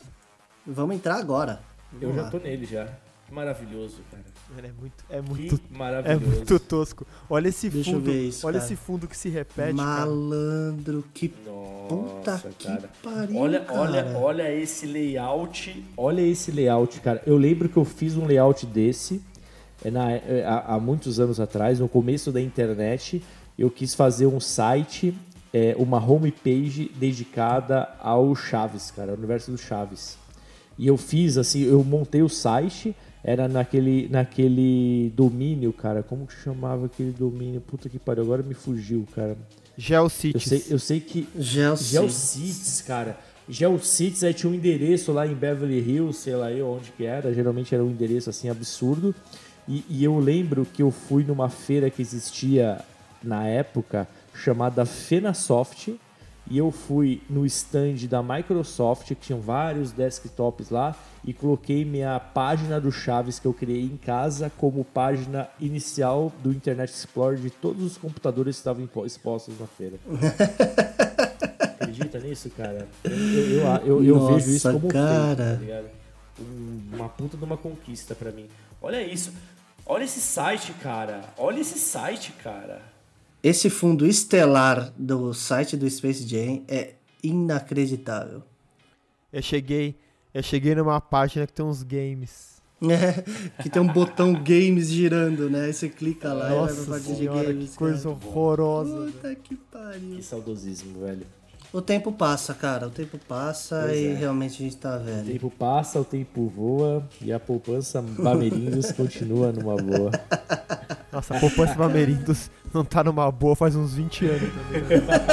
Vamos entrar agora. Eu Vamos já lá. tô nele já. Que maravilhoso, cara. Mano, é muito, é muito, Que é maravilhoso. muito tosco. Olha esse Deixa eu fundo, ver isso, olha cara. esse fundo que se repete, cara. Malandro, que Nossa, puta que cara. pariu, olha, cara. olha, olha esse layout. Olha esse layout, cara. Eu lembro que eu fiz um layout desse é, na, é, há, há muitos anos atrás, no começo da internet. Eu quis fazer um site, é, uma homepage dedicada ao Chaves, cara, ao universo do Chaves. E eu fiz assim, eu montei o site, era naquele, naquele domínio, cara. Como que chamava aquele domínio? Puta que pariu, agora me fugiu, cara. Eu GeoCities. sei, eu sei que. Geocities. GeoCities, cara. GeoCities aí tinha um endereço lá em Beverly Hills, sei lá eu onde que era. Geralmente era um endereço assim absurdo. E, e eu lembro que eu fui numa feira que existia na época, chamada Fenasoft. E eu fui no stand da Microsoft, que tinham vários desktops lá, e coloquei minha página do Chaves que eu criei em casa como página inicial do Internet Explorer de todos os computadores que estavam impo- expostos na feira. Acredita nisso, cara? Eu, eu, eu, eu- eu Nossa, vejo isso como um cara. feito, tá ligado? Um- uma puta de uma conquista pra mim. Olha isso. Olha esse site, cara. Olha esse site, cara. Esse fundo estelar do site do Space Jam é inacreditável. Eu cheguei, eu cheguei numa página que tem uns games. É, que tem um botão games girando, né? Aí você clica lá e vai pra Nossa parte de senhora, games. que coisa cara. horrorosa. Puta que pariu. Que saudosismo, velho. O tempo passa, cara. O tempo passa Pois e é. realmente a gente tá O velho. tempo passa, o tempo voa e a poupança Bamerindos continua numa boa. Nossa, a poupança Bamerindos não tá numa boa faz uns vinte anos também. né?